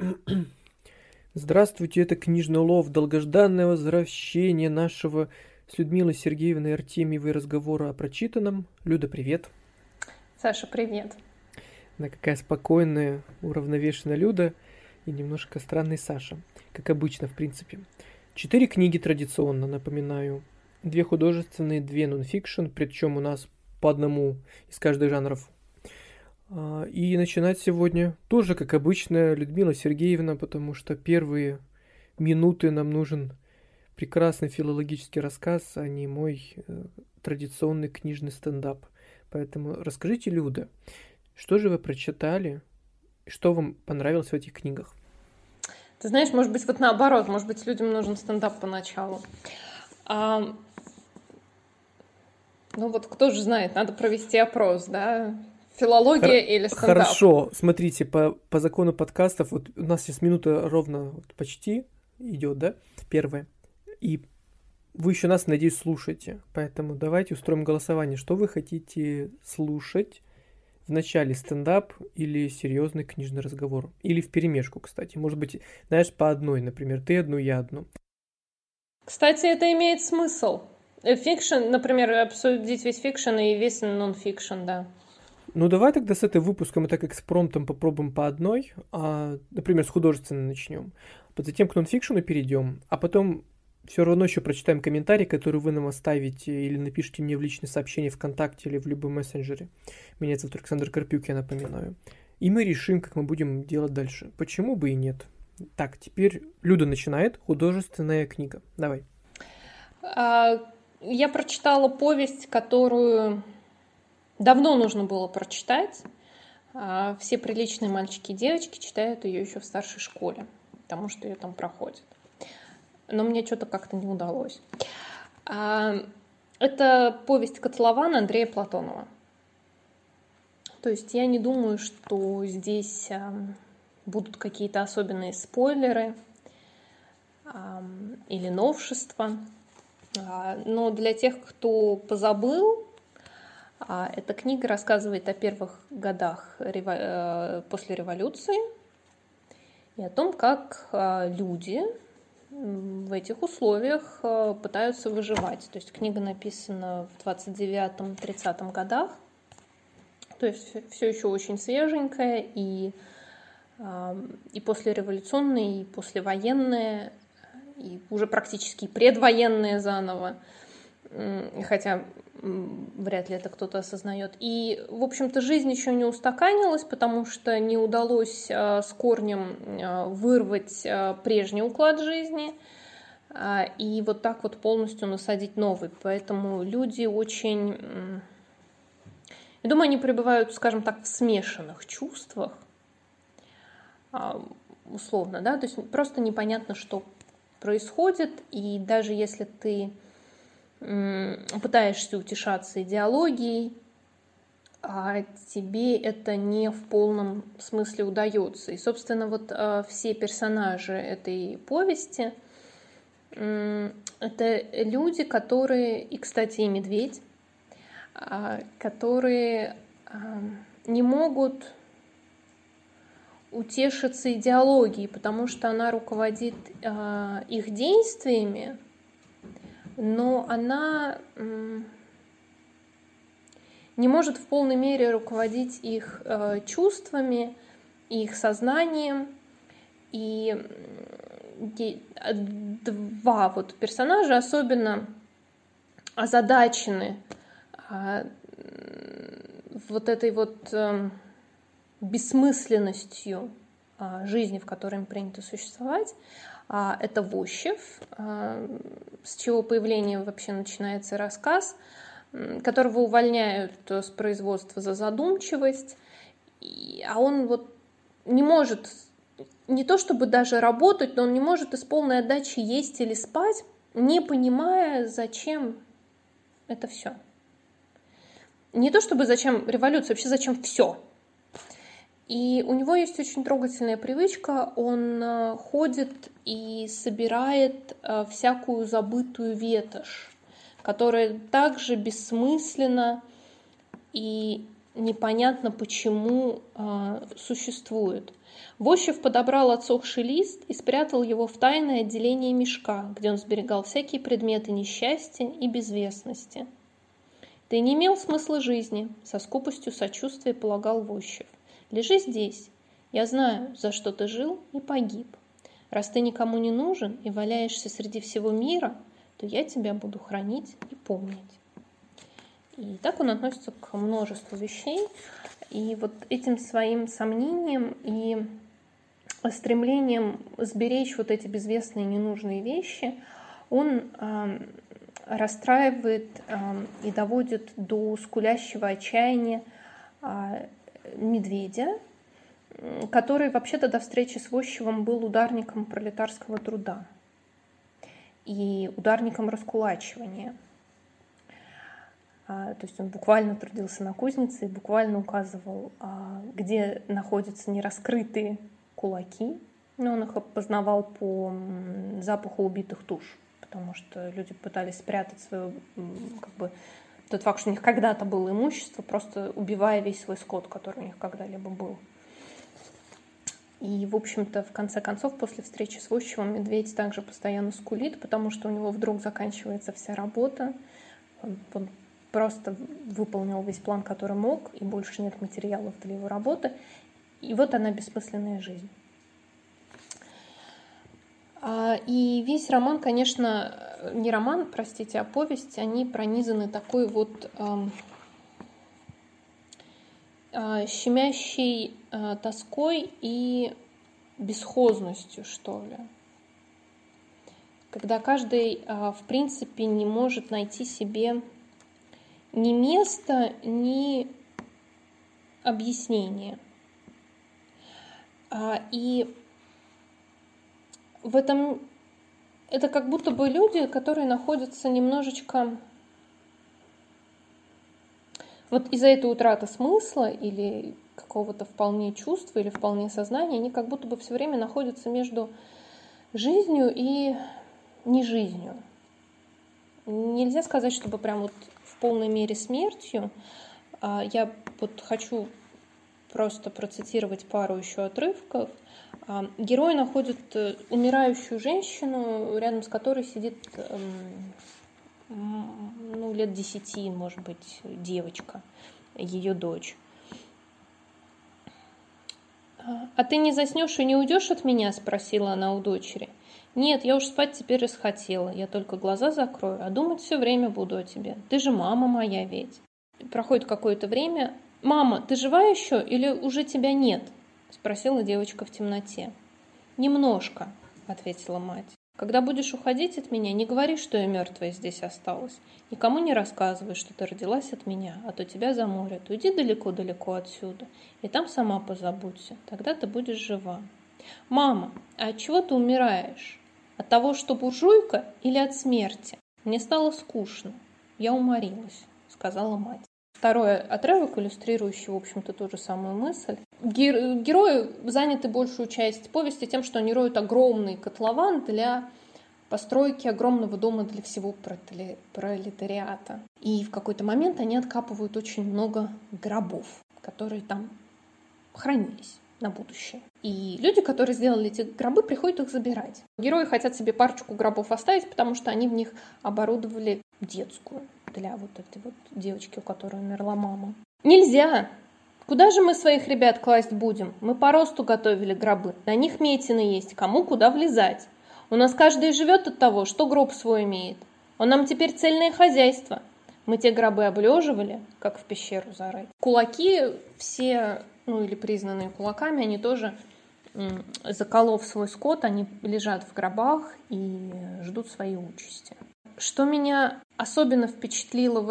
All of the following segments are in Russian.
Здравствуйте, это книжный улов, долгожданное возвращение нашего с Людмилой Сергеевной Артемьевой разговора о прочитанном. Люда, привет. Саша, привет. Она какая спокойная, уравновешенная Люда и немножко странный Саша, как обычно, в принципе. 4 книги традиционно, напоминаю. 2 художественные, 2 нонфикшн, причем у нас по одному из каждых жанров. И начинать сегодня тоже, как обычно, Людмила Сергеевна, потому что первые минуты нам нужен прекрасный филологический рассказ, а не мой традиционный книжный стендап. Поэтому расскажите, Люда, что же вы прочитали, что вам понравилось в этих книгах? Ты знаешь, может быть, вот наоборот, может быть, людям нужен стендап поначалу. Ну вот кто же знает, надо провести опрос, да? Филология или стендап? Хорошо, смотрите, по закону подкастов, вот у нас сейчас минута ровно вот почти идет, да, первая, и вы еще нас, надеюсь, слушаете, поэтому давайте устроим голосование, что вы хотите слушать в начале, стендап или серьезный книжный разговор, или вперемешку, кстати, может быть, знаешь, по одной, например, ты одну, я одну. Кстати, это имеет смысл. Фикшн, например, обсудить весь фикшн и весь нон-фикшн, да. Ну, давай тогда с этой выпуском мы так экспромтом попробуем по одной, например, с художественной начнем, затем к нонфикшену перейдем, а потом все равно еще прочитаем комментарий, который вы нам оставите или напишите мне в личное сообщение ВКонтакте или в любом мессенджере. Меня зовут Александр Карпюк, я напоминаю. И мы решим, как мы будем делать дальше. Почему бы и нет? Так, теперь Люда начинает. Художественная книга. Давай. Я прочитала повесть, которую давно нужно было прочитать. Все приличные мальчики и девочки читают ее еще в старшей школе, потому что ее там проходят. Но мне что-то как-то не удалось. Это повесть «Котлован» Андрея Платонова. То есть я не думаю, что здесь будут какие-то особенные спойлеры или новшества. Но для тех, кто позабыл, эта книга рассказывает о первых годах после революции и о том, как люди в этих условиях пытаются выживать. То есть книга написана в 29-30 годах, то есть все еще очень свеженькая, и послереволюционная, и послевоенная, и уже практически предвоенная заново, хотя вряд ли это кто-то осознает. И, в общем-то, жизнь еще не устаканилась, потому что не удалось с корнем вырвать прежний уклад жизни и вот так вот полностью насадить новый. Поэтому люди очень... Я думаю, они пребывают, скажем так, в смешанных чувствах, условно, да, то есть просто непонятно, что происходит, и даже если ты пытаешься утешаться идеологией, а тебе это не в полном смысле удается. И, собственно, вот все персонажи этой повести — это люди, которые, и, кстати, и медведь, которые не могут утешиться идеологией, потому что она руководит их действиями, но она не может в полной мере руководить их чувствами, их сознанием. И два вот персонажа особенно озадачены вот этой вот бессмысленностью жизни, в которой им принято существовать. Это Вощев, с чего появления вообще начинается рассказ, которого увольняют с производства за задумчивость, а он вот не может, не то чтобы даже работать, но он не может из полной отдачи есть или спать, не понимая, зачем это все. Не то чтобы зачем революция, вообще зачем все. И у него есть очень трогательная привычка, он ходит и собирает всякую забытую ветошь, которая также бессмысленна и непонятно почему существует. Вощев подобрал отсохший лист и спрятал его в тайное отделение мешка, где он сберегал всякие предметы несчастья и безвестности. «Ты не имел смысла жизни», — со скупостью сочувствия полагал Вощев. «Лежи здесь. Я знаю, за что ты жил и погиб. Раз ты никому не нужен и валяешься среди всего мира, то я тебя буду хранить и помнить». И так он относится к множеству вещей. И вот этим своим сомнением и стремлением сберечь вот эти безвестные ненужные вещи он расстраивает и доводит до скулящего отчаяния медведя, который вообще-то до встречи с Вощевым был ударником пролетарского труда и ударником раскулачивания. То есть он буквально трудился на кузнице и буквально указывал, где находятся нераскрытые кулаки. Но он их опознавал по запаху убитых туш, потому что люди пытались спрятать свое, тот факт, что у них когда-то было имущество, просто убивая весь свой скот, который у них когда-либо был. И, в общем-то, в конце концов, после встречи с Вощевым медведь также постоянно скулит, потому что у него вдруг заканчивается вся работа. Он просто выполнил весь план, который мог, и больше нет материалов для его работы. И вот она, бессмысленная жизнь. И весь роман, конечно, не роман, простите, а повесть, они пронизаны такой вот щемящей тоской и бесхозностью, что ли. Когда каждый, в принципе, не может найти себе ни места, ни объяснения. И в этом это как будто бы люди, которые находятся немножечко вот из-за этой утраты смысла или какого-то вполне чувства или вполне сознания, они как будто бы все время находятся между жизнью и нежизнью. Нельзя сказать, чтобы прям вот в полной мере смертью. Я вот хочу просто процитировать пару еще отрывков. Герой находит умирающую женщину, рядом с которой сидит лет 10, может быть, девочка, ее дочь. «А ты не заснешь и не уйдешь от меня?» — спросила она у дочери. «Нет, я уж спать теперь расхотела. Я только глаза закрою, а думать все время буду о тебе. Ты же мама моя ведь». Проходит какое-то время. «Мама, ты жива еще или уже тебя нет?» — спросила девочка в темноте. «Немножко», — ответила мать. «Когда будешь уходить от меня, не говори, что я мертвая здесь осталась. Никому не рассказывай, что ты родилась от меня, а то тебя заморят. Уйди далеко-далеко отсюда, и там сама позабудься. Тогда ты будешь жива». «Мама, а от чего ты умираешь? От того, что буржуйка, или от смерти? Мне стало скучно. Я уморилась», — сказала мать. Второй отрывок, иллюстрирующий, в общем-то, ту же самую мысль. Герои заняты большую часть повести тем, что они роют огромный котлован для постройки огромного дома для всего пролетариата. И в какой-то момент они откапывают очень много гробов, которые там хранились на будущее. И люди, которые сделали эти гробы, приходят их забирать. Герои хотят себе парочку гробов оставить, потому что они в них оборудовали детскую для вот этой вот девочки, у которой умерла мама. «Нельзя! Куда же мы своих ребят класть будем? Мы по росту готовили гробы. На них метины есть, кому куда влезать. У нас каждый живет от того, что гроб свой имеет. Он нам теперь цельное хозяйство. Мы те гробы облеживали, как в пещеру зарыть». Кулаки все, или признанные кулаками, они тоже, заколов свой скот, они лежат в гробах и ждут своей участи. Что меня особенно впечатлило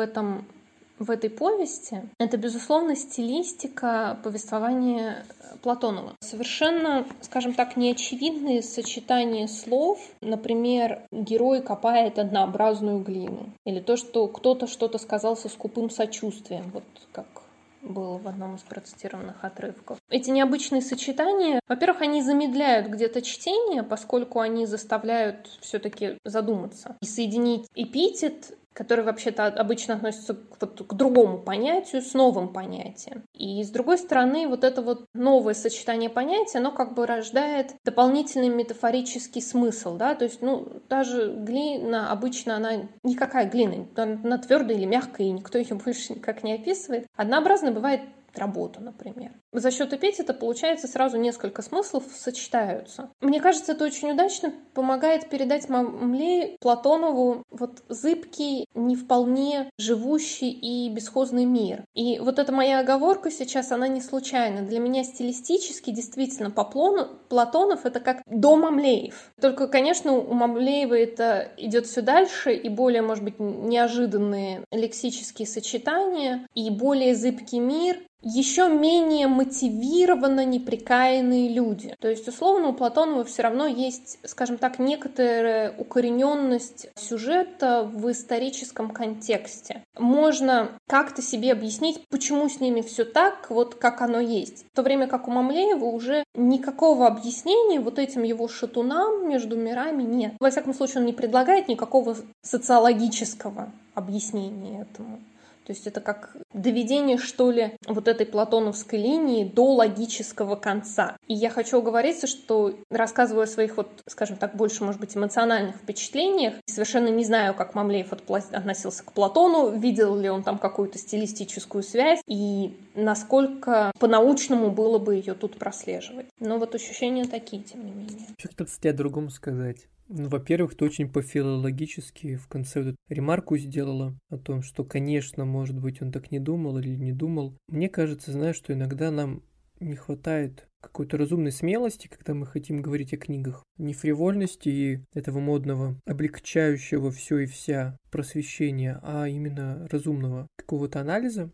в этой повести, это, безусловно, стилистика повествования Платонова. Совершенно, скажем так, неочевидные сочетания слов. Например, герой копает однообразную глину. Или то, что кто-то что-то сказал со скупым сочувствием, вот как было в одном из процитированных отрывков. Эти необычные сочетания, во-первых, они замедляют где-то чтение, поскольку они заставляют все-таки задуматься и соединить эпитет который вообще-то обычно относится к другому понятию, с новым понятием. И с другой стороны, вот это вот новое сочетание понятий, оно как бы рождает дополнительный метафорический смысл, да, то есть, даже глина обычно, она никакая глина, она твердая или мягкая, и никто ее больше никак не описывает. Однообразно бывает работа, например. За счет эпитета получается сразу несколько смыслов сочетаются. Мне кажется, это очень удачно помогает передать Мамлей Платонову вот зыбкий, не вполне живущий и бесхозный мир. И вот эта моя оговорка сейчас, она не случайна. Для меня стилистически действительно Платонов — это как до Мамлеев. Только, конечно, у Мамлеева это идет все дальше, и более, может быть, неожиданные лексические сочетания, и более зыбкий мир, еще менее мотивированно неприкаянные люди. То есть, условно, у Платонова все равно есть, скажем так, некоторая укорененность сюжета в историческом контексте. Можно как-то себе объяснить, почему с ними все так, вот как оно есть. В то время как у Мамлеева уже никакого объяснения вот этим его шатунам между мирами нет. Во всяком случае, он не предлагает никакого социологического объяснения этому. То есть это как доведение, что ли, вот этой платоновской линии до логического конца. И я хочу оговориться, что рассказываю о своих, вот, скажем так, больше, может быть, эмоциональных впечатлениях. Совершенно не знаю, как Мамлеев относился к Платону, видел ли он там какую-то стилистическую связь и насколько по-научному было бы ее тут прослеживать. Но вот ощущения такие, тем не менее. Что-то, кстати, о другом сказать. Во-первых, ты очень по-филологически в конце вот эту ремарку сделала о том, что, конечно, может быть, он так не думал или не думал. Мне кажется, знаешь, что иногда нам не хватает какой-то разумной смелости, когда мы хотим говорить о книгах. Не фривольности и этого модного, облегчающего все и вся просвещения, а именно разумного какого-то анализа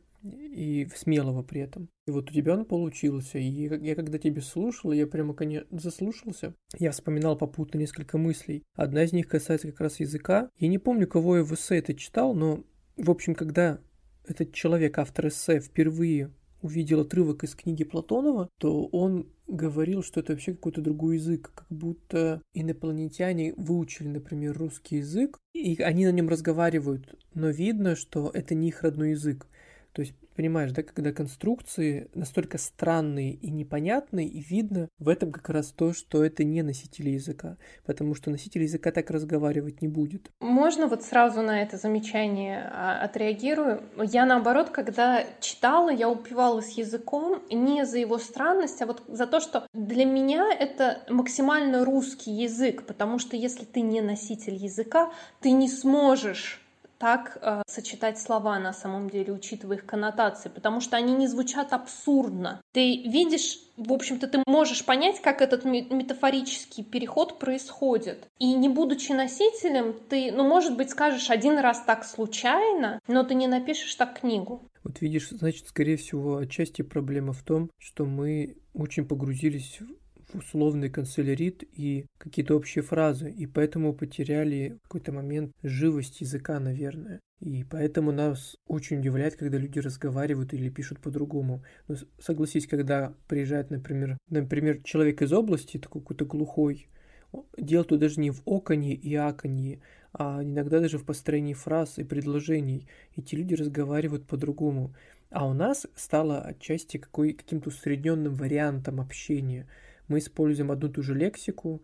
и смелого при этом. И вот у тебя он получился. И я когда тебя слушал, я прямо, конечно, заслушался. Я вспоминал попутно несколько мыслей. Одна из них касается как раз языка. Я не помню, кого я в эссе это читал, но, в общем, когда этот человек, автор эссе, впервые увидел отрывок из книги Платонова, то он говорил, что это вообще какой-то другой язык, как будто инопланетяне выучили, например, русский язык, и они на нем разговаривают, но видно, что это не их родной язык. То есть, понимаешь, да, когда конструкции настолько странные и непонятные, и видно в этом как раз то, что это не носитель языка, потому что носитель языка так разговаривать не будет. Можно вот сразу на это замечание отреагирую? Я, наоборот, когда читала, я упивалась языком не за его странность, а вот за то, что для меня это максимально русский язык, потому что если ты не носитель языка, ты не сможешь так сочетать слова на самом деле, учитывая их коннотации, потому что они не звучат абсурдно. Ты видишь, в общем-то, ты можешь понять, как этот метафорический переход происходит. И не будучи носителем, ты, может быть, скажешь один раз так случайно, но ты не напишешь так книгу. Вот видишь, значит, скорее всего, отчасти проблема в том, что мы очень погрузились в условный канцелярит и какие-то общие фразы, и поэтому потеряли в какой-то момент живость языка, наверное. И поэтому нас очень удивляет, когда люди разговаривают или пишут по-другому. Но согласись, когда приезжает, например, человек из области, такой какой-то глухой, дело тут даже не в оконье и аконье, а иногда даже в построении фраз и предложений. Эти люди разговаривают по-другому. А у нас стало отчасти каким-то усредненным вариантом общения. Мы используем одну и ту же лексику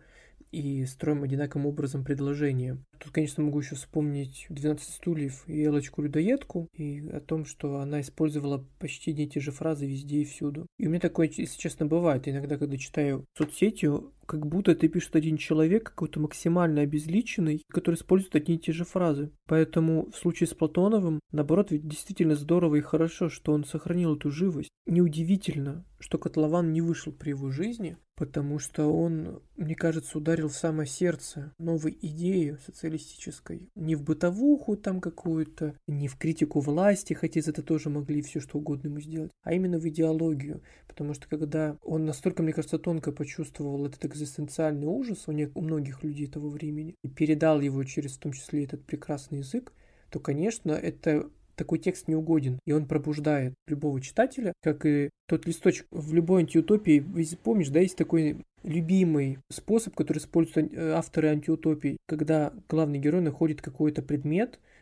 и строим одинаковым образом предложения. Тут, конечно, могу еще вспомнить 12 стульев и Элочку-людоедку, и о том, что она использовала почти одни и те же фразы везде и всюду. И у меня такое, если честно, бывает. Иногда, когда читаю соцсетью, как будто это пишет один человек, какой-то максимально обезличенный, который использует одни и те же фразы. Поэтому в случае с Платоновым, наоборот, ведь действительно здорово и хорошо, что он сохранил эту живость. Неудивительно, что Котлован не вышел при его жизни, потому что он, мне кажется, ударил в самое сердце новой идеи социалистической. Не в бытовуху там какую-то, не в критику власти, хотя за это тоже могли все что угодно ему сделать, а именно в идеологию. Потому что когда он настолько, мне кажется, тонко почувствовал этот экзистенциальный ужас у многих людей того времени и передал его через в том числе этот прекрасный язык, то, конечно, это такой текст не угоден, и он пробуждает любого читателя, как и тот листочек в любой антиутопии. Помнишь, да, есть такой любимый способ, который используют авторы антиутопий, когда главный герой находит какой-то предмет,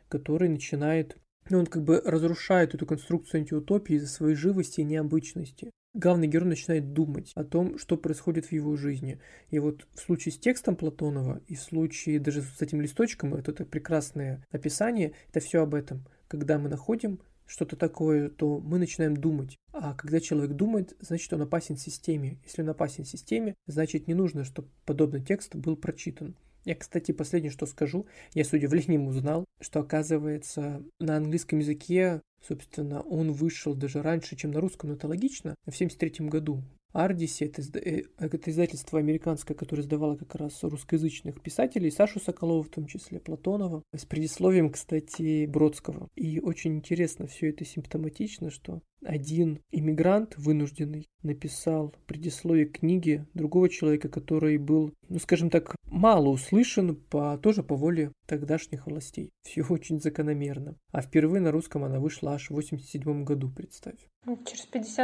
который начинает, он как бы разрушает эту конструкцию антиутопии из-за своей живости и необычности. Главный герой начинает думать о том, что происходит в его жизни. И вот в случае с текстом Платонова и в случае даже с этим листочком, вот это прекрасное описание, это все об этом. Когда мы находим что-то такое, то мы начинаем думать. А когда человек думает, значит, он опасен системе. Если он опасен системе, значит, не нужно, чтобы подобный текст был прочитан. Я, кстати, последнее, что скажу, я с удивлением узнал, что, оказывается, на английском языке, собственно, он вышел даже раньше, чем на русском, но это логично, в 1973 году. Ардиси, это издательство американское, которое издавало как раз русскоязычных писателей, Сашу Соколова, в том числе Платонова, с предисловием, кстати, Бродского. И очень интересно, все это симптоматично, что один иммигрант вынужденный написал предисловие книги другого человека, который был, скажем так, мало услышан тоже по воле тогдашних властей. Все очень закономерно. А впервые на русском она вышла аж в 1987 году, представь. Через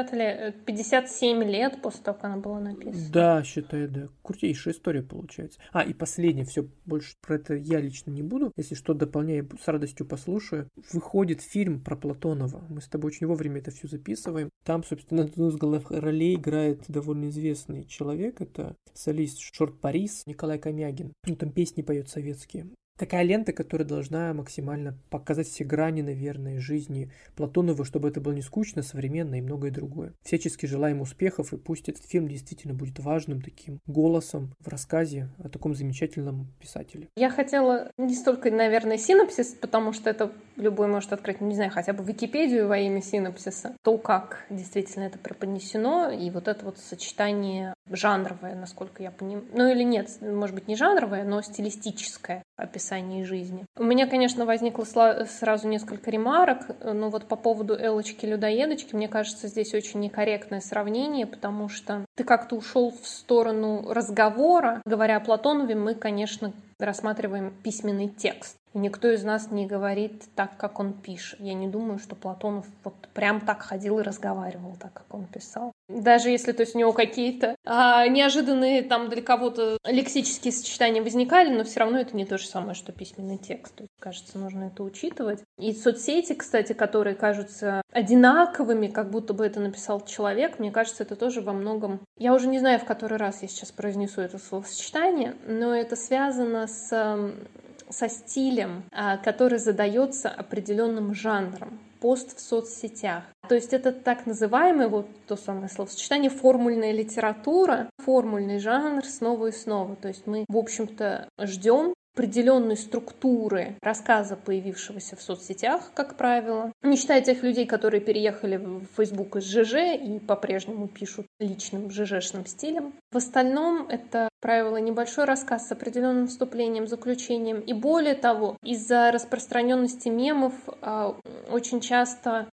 57 лет после того, как она была написана. Да, считай, да. Крутейшая история получается. И последнее, все, больше про это я лично не буду. Если что, дополняю, с радостью послушаю. Выходит фильм про Платонова. Мы с тобой очень вовремя это все записываем. Там, собственно, одну из главных ролей играет довольно известный человек. Это солист Шорт Парис Николай Комягин. Там песни поет советские. Такая лента, которая должна максимально показать все грани, наверное, жизни Платонова, чтобы это было не скучно, современно и многое другое. Всячески желаем успехов, и пусть этот фильм действительно будет важным таким голосом в рассказе о таком замечательном писателе. Я хотела не столько, наверное, синопсис, потому что это любой может открыть, не знаю, хотя бы Википедию во имя синопсиса, то, как действительно это преподнесено, и вот это вот сочетание жанровое, насколько я понимаю, или нет, может быть, не жанровое, но стилистическое описание жизни. У меня, конечно, возникло сразу несколько ремарок, но вот по поводу Элочки-людоедочки, мне кажется, здесь очень некорректное сравнение, потому что ты как-то ушел в сторону разговора. Говоря о Платонове, мы, конечно, рассматриваем письменный текст. И никто из нас не говорит так, как он пишет. Я не думаю, что Платонов вот прям так ходил и разговаривал так, как он писал. Даже если, то есть, у него какие-то неожиданные там для кого-то лексические сочетания возникали, но все равно это не то же самое, что письменный текст. То есть, кажется, нужно это учитывать. И соцсети, кстати, которые кажутся одинаковыми, как будто бы это написал человек, мне кажется, это тоже во многом... Я уже не знаю, в который раз я сейчас произнесу это словосочетание, но это связано со стилем, который задается определенным жанром. Пост в соцсетях. То есть это так называемое, вот то самое словосочетание, формульная литература, формульный жанр снова и снова. То есть мы, в общем-то, ждем определенной структуры рассказа, появившегося в соцсетях, как правило. Не считая тех людей, которые переехали в Facebook из ЖЖ и по-прежнему пишут личным ЖЖшным стилем. В остальном это, как правило, небольшой рассказ с определенным вступлением, заключением. И более того, из-за распространенности мемов очень часто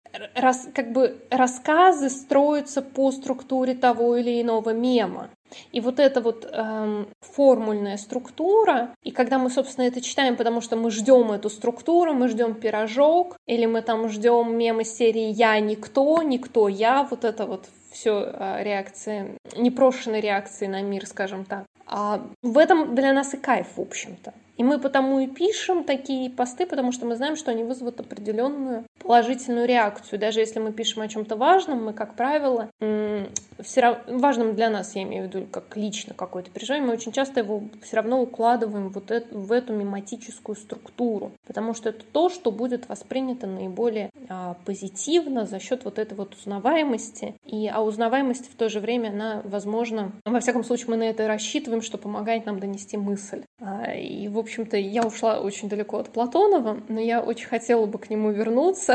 рассказы строятся по структуре того или иного мема. И вот эта вот формульная структура, и когда мы, собственно, это читаем, потому что мы ждем эту структуру, мы ждем пирожок, или мы там ждем мем из серии «Я никто, никто я», вот это вот все реакции, непрошенные реакции на мир, скажем так. А в этом для нас и кайф, в общем-то. И мы потому и пишем такие посты, потому что мы знаем, что они вызовут определенную положительную реакцию. Даже если мы пишем о чем-то важном, мы, как правило, важным для нас, я имею в виду, как лично какое-то переживание, мы очень часто его все равно укладываем в эту мематическую структуру, потому что это то, что будет воспринято наиболее позитивно за счет вот этой вот узнаваемости. А узнаваемость в то же время, она, возможно, во всяком случае, мы на это рассчитываем, что помогает нам донести мысль. И, в общем-то, я ушла очень далеко от Платонова, но я очень хотела бы к нему вернуться,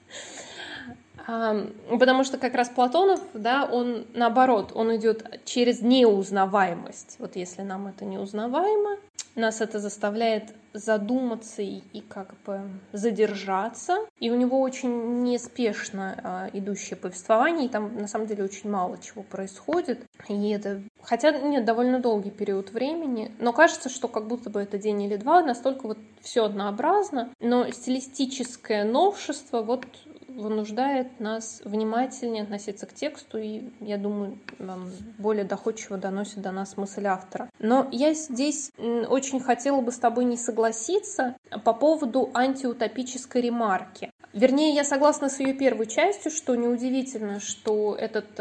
потому что как раз Платонов, да, он наоборот, он идет через неузнаваемость. Вот если нам это неузнаваемо, нас это заставляет задуматься и как бы задержаться. И у него очень неспешно идущее повествование, и там на самом деле очень мало чего происходит. И это, хотя нет, довольно долгий период времени, но кажется, что как будто бы это день или два, настолько вот все однообразно, но стилистическое новшество вот вынуждает нас внимательнее относиться к тексту и, я думаю, более доходчиво доносит до нас мысль автора. Но я здесь очень хотела бы с тобой не согласиться по поводу антиутопической ремарки. Вернее, я согласна с ее первой частью, что неудивительно, что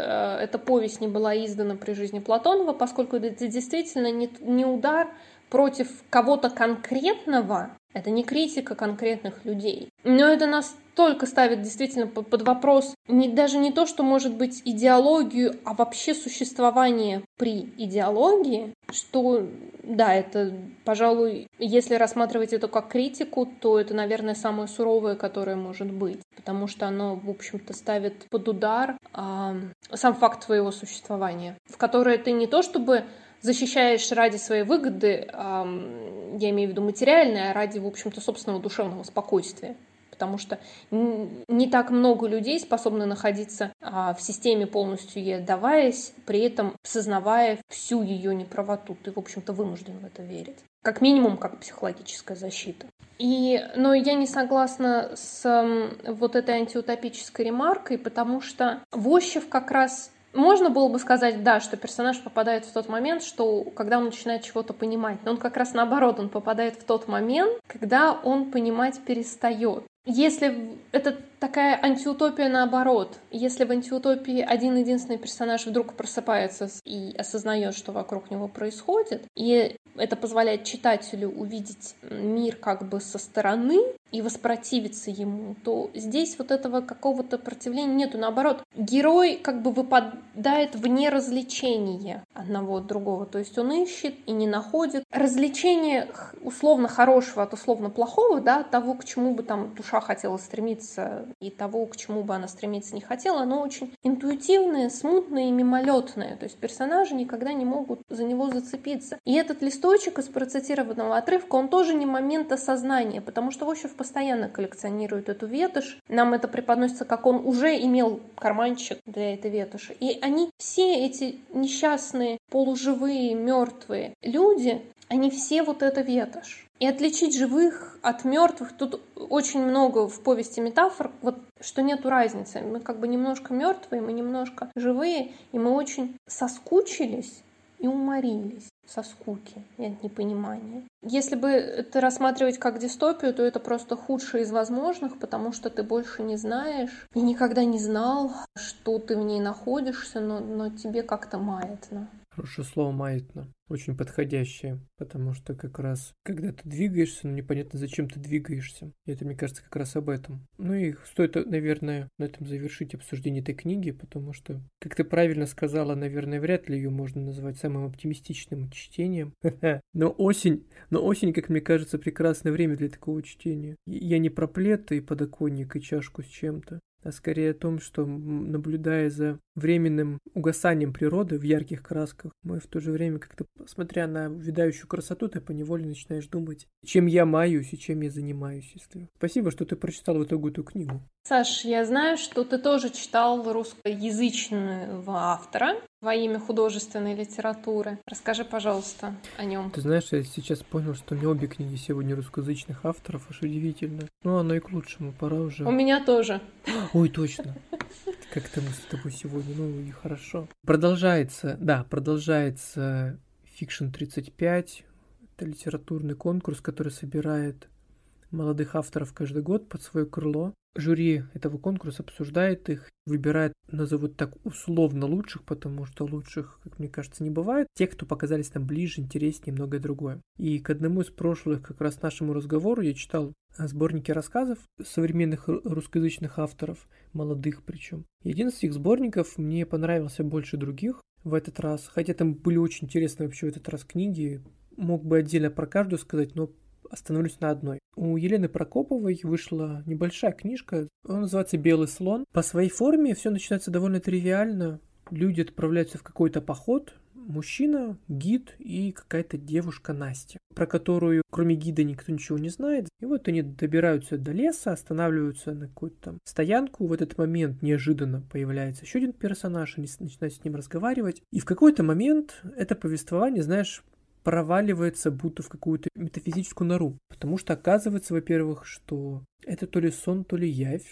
эта повесть не была издана при жизни Платонова, поскольку это действительно не удар против кого-то конкретного, это не критика конкретных людей. Но это настолько ставит действительно под вопрос даже не то, что может быть идеологию, а вообще существование при идеологии, что, да, это, пожалуй, если рассматривать это как критику, то это, наверное, самое суровое, которое может быть, потому что оно, в общем-то, ставит под удар сам факт твоего существования, в которое ты не то чтобы защищаешь ради своей выгоды, я имею в виду материальное, а ради, в общем-то, собственного душевного спокойствия. Потому что не так много людей способны находиться в системе, полностью ей отдаваясь, при этом сознавая всю ее неправоту. Ты, в общем-то, вынужден в это верить. Как минимум, как психологическая защита. Но я не согласна с вот этой антиутопической ремаркой, потому что Вощев как раз... Можно было бы сказать, да, что персонаж попадает в тот момент, когда он начинает чего-то понимать. Но он как раз наоборот, он попадает в тот момент, когда он понимать перестает. Если это такая антиутопия наоборот, если в антиутопии один-единственный персонаж вдруг просыпается и осознает, что вокруг него происходит, и это позволяет читателю увидеть мир как бы со стороны и воспротивиться ему, то здесь вот этого какого-то противления нету. Наоборот, герой как бы выпадает вне развлечения одного от другого. То есть он ищет и не находит. Развлечение условно хорошего от условно плохого, да, того, к чему бы там душа хотела стремиться, и того, к чему бы она стремиться не хотела, оно очень интуитивное, смутное и мимолетное. То есть персонажи никогда не могут за него зацепиться. И этот листочек из процитированного отрывка, он тоже не момент осознания, потому что Вощев постоянно коллекционирует эту ветошь. Нам это преподносится, как он уже имел карманчик для этой ветоши. И они, все эти несчастные, полуживые, мертвые люди, они все вот эта ветошь. И отличить живых от мертвых, тут очень много в повести метафор, вот что нету разницы. Мы как бы немножко мертвые, мы немножко живые, и мы очень соскучились и уморились со скуки и от непонимания. Если бы это рассматривать как дистопию, то это просто худшее из возможных, потому что ты больше не знаешь и никогда не знал, что ты в ней находишься, но тебе как-то маятно. Хорошее слово «маятно». Очень подходящее, потому что как раз, когда ты двигаешься, непонятно, зачем ты двигаешься. И это, мне кажется, как раз об этом. Ну и стоит, наверное, на этом завершить обсуждение этой книги, потому что, как ты правильно сказала, наверное, вряд ли ее можно назвать самым оптимистичным чтением. Но осень, как мне кажется, прекрасное время для такого чтения. Я не про плед и подоконник и чашку с чем-то, а скорее о том, что, наблюдая за временным угасанием природы в ярких красках, мы в то же время как-то, смотря на увядающую красоту, ты поневоле начинаешь думать, чем я маюсь и чем я занимаюсь. Спасибо, что ты прочитал в итоге эту книгу. Саш, я знаю, что ты тоже читал русскоязычного автора во имя художественной литературы. Расскажи, пожалуйста, о нем. Ты знаешь, я сейчас понял, что у меня обе книги сегодня русскоязычных авторов, аж удивительно. Ну, оно и к лучшему, пора уже. У меня тоже. Ой, точно. Как-то мы с тобой сегодня, ну и хорошо. Продолжается Fiction 35. Это литературный конкурс, который собирает молодых авторов каждый год под свое крыло. Жюри этого конкурса обсуждает их, выбирает, назовут так, условно лучших, потому что лучших, как мне кажется, не бывает. Те, кто показались нам ближе, интереснее и многое другое. И к одному из прошлых, как раз нашему разговору, я читал сборники рассказов современных русскоязычных авторов, молодых причем. И один из этих сборников мне понравился больше других в этот раз, хотя там были очень интересные вообще в этот раз книги. Мог бы отдельно про каждую сказать, но остановлюсь на одной. У Елены Прокоповой вышла небольшая книжка, она называется «Белый слон». По своей форме все начинается довольно тривиально. Люди отправляются в какой-то поход, мужчина, гид и какая-то девушка Настя, про которую кроме гида никто ничего не знает. И вот они добираются до леса, останавливаются на какую-то там стоянку. В этот момент неожиданно появляется еще один персонаж, они начинают с ним разговаривать. И в какой-то момент это повествование, знаешь, проваливается будто в какую-то метафизическую нору. Потому что оказывается, во-первых, что это то ли сон, то ли явь.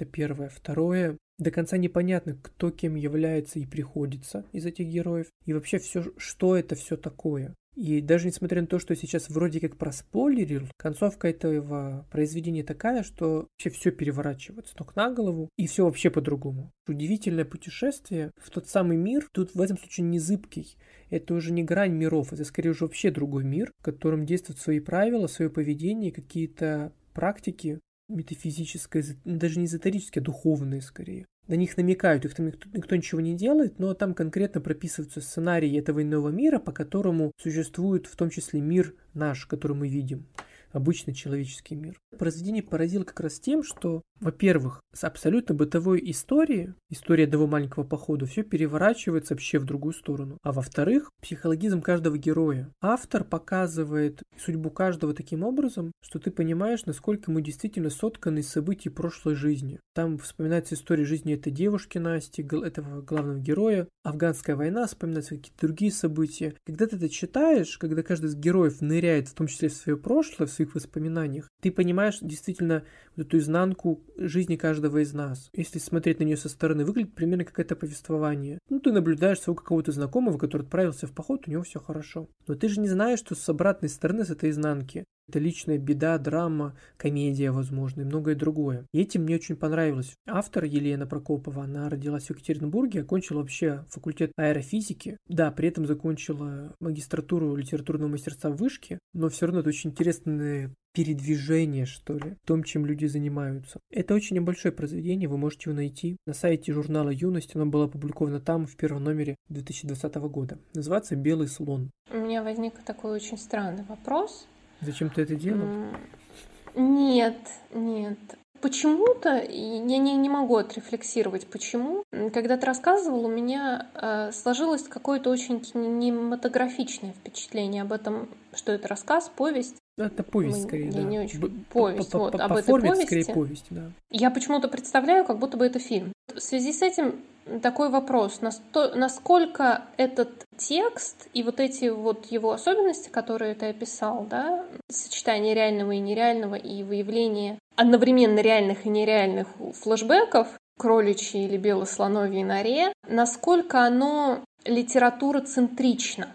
Это первое. Второе, до конца непонятно, кто кем является и приходится из этих героев. И вообще все, что это все такое. И даже несмотря на то, что сейчас вроде как проспойлерил, концовка этого произведения такая, что вообще все переворачивается с ног на голову, и все вообще по-другому. Удивительное путешествие в тот самый мир, тут в этом случае не зыбкий. Это уже не грань миров, это скорее уже вообще другой мир, в котором действуют свои правила, свое поведение, какие-то практики метафизические, даже не эзотерические, а духовные скорее. На них намекают, их там никто ничего не делает, но там конкретно прописываются сценарии этого иного мира, по которому существует в том числе мир наш, который мы видим, обычный человеческий мир. Произведение поразило как раз тем, что, во-первых, с абсолютно бытовой истории одного маленького похода, все переворачивается вообще в другую сторону. А во-вторых, психологизм каждого героя. Автор показывает судьбу каждого таким образом, что ты понимаешь, насколько мы действительно сотканы из событий прошлой жизни. Там вспоминается история жизни этой девушки Насти, этого главного героя, афганская война, вспоминаются какие-то другие события. Когда ты это читаешь, когда каждый из героев ныряет в том числе в свое прошлое, в своих воспоминаниях, ты понимаешь действительно вот эту изнанку жизни каждого из нас. Если смотреть на нее со стороны, выглядит примерно как это повествование. Ты наблюдаешь своего какого-то знакомого, который отправился в поход, у него все хорошо. Но ты же не знаешь, что с обратной стороны, с этой изнанки. Это личная беда, драма, комедия, возможно, и многое другое. И этим мне очень понравилось. Автор Елена Прокопова, она родилась в Екатеринбурге, окончила вообще факультет аэрофизики. Да, при этом закончила магистратуру литературного мастерства в Вышке, но все равно это очень интересное передвижение, что ли, в том, чем люди занимаются. Это очень небольшое произведение, вы можете его найти на сайте журнала «Юность». Оно было опубликовано там в первом номере 2020 года. Называется «Белый слон». У меня возник такой очень странный вопрос. Зачем ты это делал? Нет. Почему-то, я не могу отрефлексировать, почему. Когда ты рассказывал, у меня сложилось какое-то очень кинематографичное впечатление об этом, что это рассказ, повесть. Это повесть скорее, да. Не очень. Повесть, вот, об этой форме повести. Скорее повесть, да. Я почему-то представляю, как будто бы это фильм. В связи с этим такой вопрос, насколько этот текст и вот эти вот его особенности, которые ты описал, да, сочетание реального и нереального и выявление одновременно реальных и нереальных флешбеков, кроличьей или белослоновьей норе, насколько оно литературоцентрично,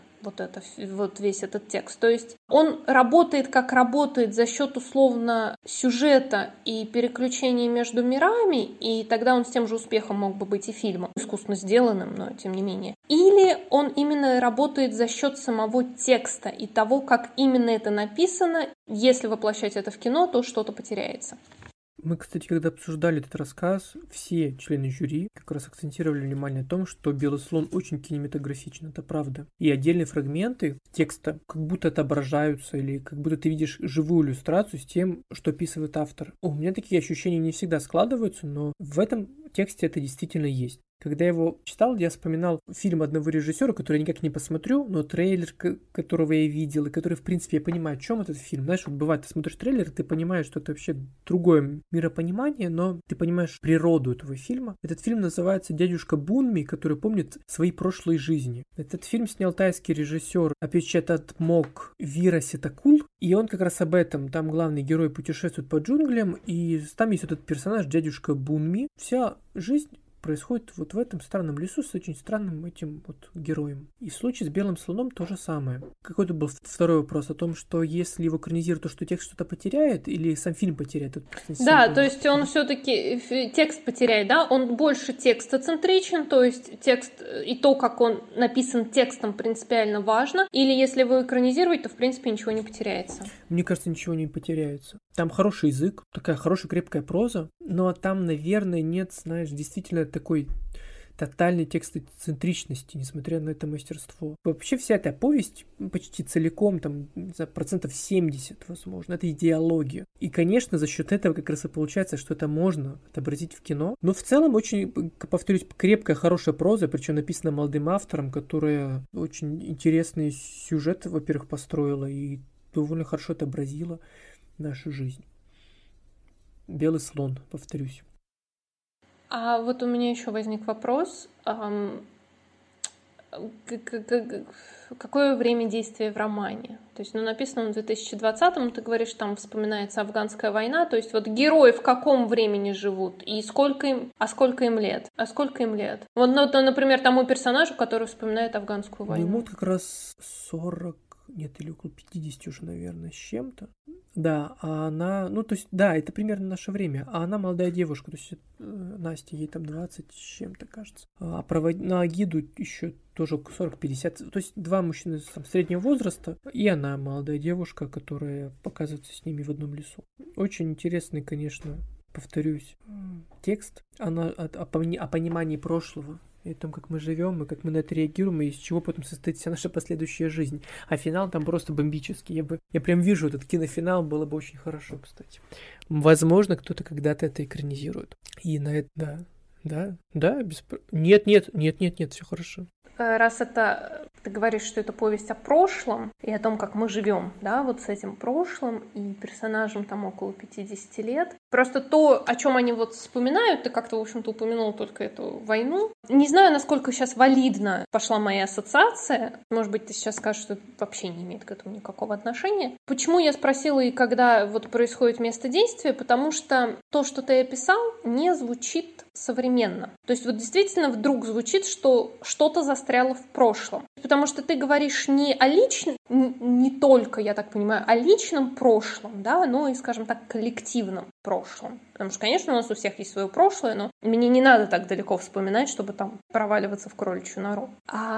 вот весь этот текст. То есть он работает, как работает за счет условно сюжета и переключения между мирами, и тогда он с тем же успехом мог бы быть и фильмом, искусственно сделанным, но тем не менее. Или он именно работает за счет самого текста и того, как именно это написано. Если воплощать это в кино, то что-то потеряется. Мы, кстати, когда обсуждали этот рассказ, все члены жюри как раз акцентировали внимание на том, что «Белый слон» очень кинематографичен, это правда. И отдельные фрагменты текста как будто отображаются, или как будто ты видишь живую иллюстрацию с тем, что описывает автор. У меня такие ощущения не всегда складываются, но в этом тексте это действительно есть. Когда я его читал, я вспоминал фильм одного режиссера, который я никак не посмотрю, но трейлер, которого я видел, и который, в принципе, я понимаю, о чем этот фильм. Знаешь, вот бывает, ты смотришь трейлер, ты понимаешь, что это вообще другое миропонимание, но ты понимаешь природу этого фильма. Этот фильм называется «Дядюшка Бунми», который помнит свои прошлые жизни. Этот фильм снял тайский режиссер Апечататмок Вираситакул, и он как раз об этом. Там главный герой путешествует по джунглям, и там есть этот персонаж, дядюшка Бунми. Вся жизнь происходит вот в этом странном лесу с очень странным этим вот героем. И в случае с «Белым слоном» то же самое. Какой-то был второй вопрос о том, что если его экранизируют, то что текст что-то потеряет или сам фильм потеряет? Да, то есть он все-таки текст потеряет, да? Он больше текстоцентричен, то есть текст и то, как он написан текстом, принципиально важно. Или если его экранизировать, то в принципе ничего не потеряется. Мне кажется, ничего не потеряется. Там хороший язык, такая хорошая крепкая проза, но там, наверное, нет, знаешь, действительно такой тотальной текстоцентричности, несмотря на это мастерство. Вообще вся эта повесть почти целиком, там, за 70%, возможно, это идеология. И, конечно, за счет этого как раз и получается, что это можно отобразить в кино. Но в целом очень, повторюсь, крепкая, хорошая проза, причем написана молодым автором, которая очень интересный сюжет, во-первых, построила и довольно хорошо отобразила нашу жизнь. «Белый слон», повторюсь. А вот у меня еще возник вопрос. какое время действия в романе. То есть, написано он в 2020-м, ты говоришь, там вспоминается афганская война, то есть вот герои в каком времени живут, и сколько им лет. Вот, например, тому персонажу, который вспоминает афганскую войну. Ему как раз 40, нет, или около 50 уже, наверное, с чем-то. Да, а она, то есть, да, это примерно наше время, а она молодая девушка, то есть Настя, ей там 20 с чем-то, кажется. А на Агиду еще тоже 40-50, то есть два мужчины там, среднего возраста, и она молодая девушка, которая показывается с ними в одном лесу. Очень интересный, конечно, повторюсь, текст о понимании прошлого, и о том, как мы живем, и как мы на это реагируем, и из чего потом состоит вся наша последующая жизнь. А финал там просто бомбический. Я прям вижу этот кинофинал, было бы очень хорошо, кстати. Возможно, кто-то когда-то это экранизирует. И на это, да, нет, все хорошо. Раз ты говоришь, что это повесть о прошлом и о том, как мы живем, да, вот с этим прошлым, и персонажам там около 50 лет. Просто то, о чем они вот вспоминают, ты как-то, в общем-то, упомянул только эту войну. Не знаю, насколько сейчас валидно пошла моя ассоциация. Может быть, ты сейчас скажешь, что это вообще не имеет к этому никакого отношения. Почему я спросила, и когда вот происходит место действия? Потому что то, что ты описал, не звучит современно. То есть вот действительно вдруг звучит, что что-то застряло в прошлом. Потому что ты говоришь не о личном, не только, я так понимаю, о личном прошлом, да, но и, скажем так, коллективном прошлом. Потому что, конечно, у нас у всех есть свое прошлое, но мне не надо так далеко вспоминать, чтобы там проваливаться в кроличью нору.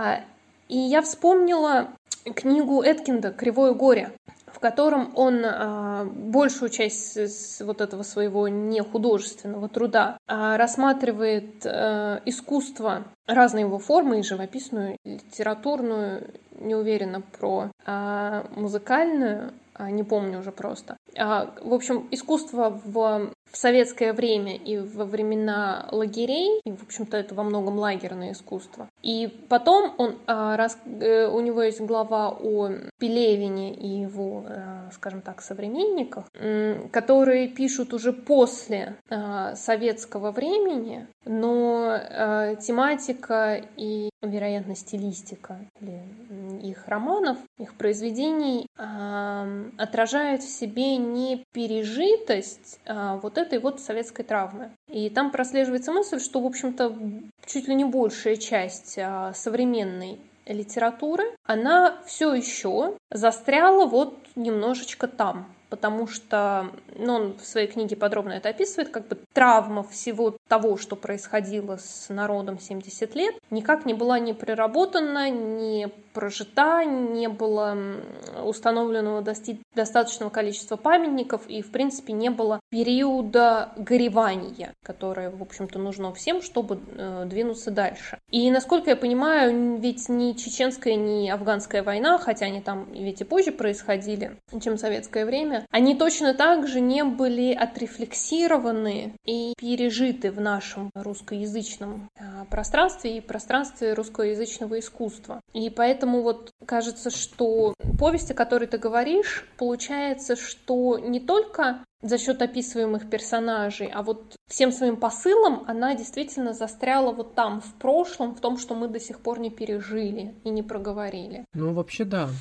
И я вспомнила книгу Эткинда «Кривое горе», в котором он большую часть вот этого своего нехудожественного труда рассматривает искусство, разные его формы, и живописную, и литературную, не уверена про музыкальную, не помню уже просто. В общем, искусство в советское время и во времена лагерей, и, в общем-то, это во многом лагерное искусство. И потом у него есть глава о Пелевине и его, скажем так, современниках, которые пишут уже после советского времени, но тематика и, вероятно, стилистика их романов, их произведений отражает в себе не пережитость вот этой вот советской травмы. И там прослеживается мысль, что, в общем-то, чуть ли не большая часть современной литературы, она все еще застряла вот немножечко там. Потому что он в своей книге подробно это описывает, как бы травма всего того, что происходило с народом 70 лет, никак не была ни проработана, ни прожита, не было установленного достаточного количества памятников, и, в принципе, не было периода горевания, которое, в общем-то, нужно всем, чтобы двинуться дальше. И, насколько я понимаю, ведь ни чеченская, ни афганская война, хотя они там ведь и позже происходили, чем советское время, они точно так же не были отрефлексированы и пережиты в нашем русскоязычном пространстве и пространстве русскоязычного искусства. И поэтому вот кажется, что повесть, о которой ты говоришь, получается, что не только за счет описываемых персонажей, а вот всем своим посылом она действительно застряла вот там, в прошлом, в том, что мы до сих пор не пережили и не проговорили. Ну, вообще, да.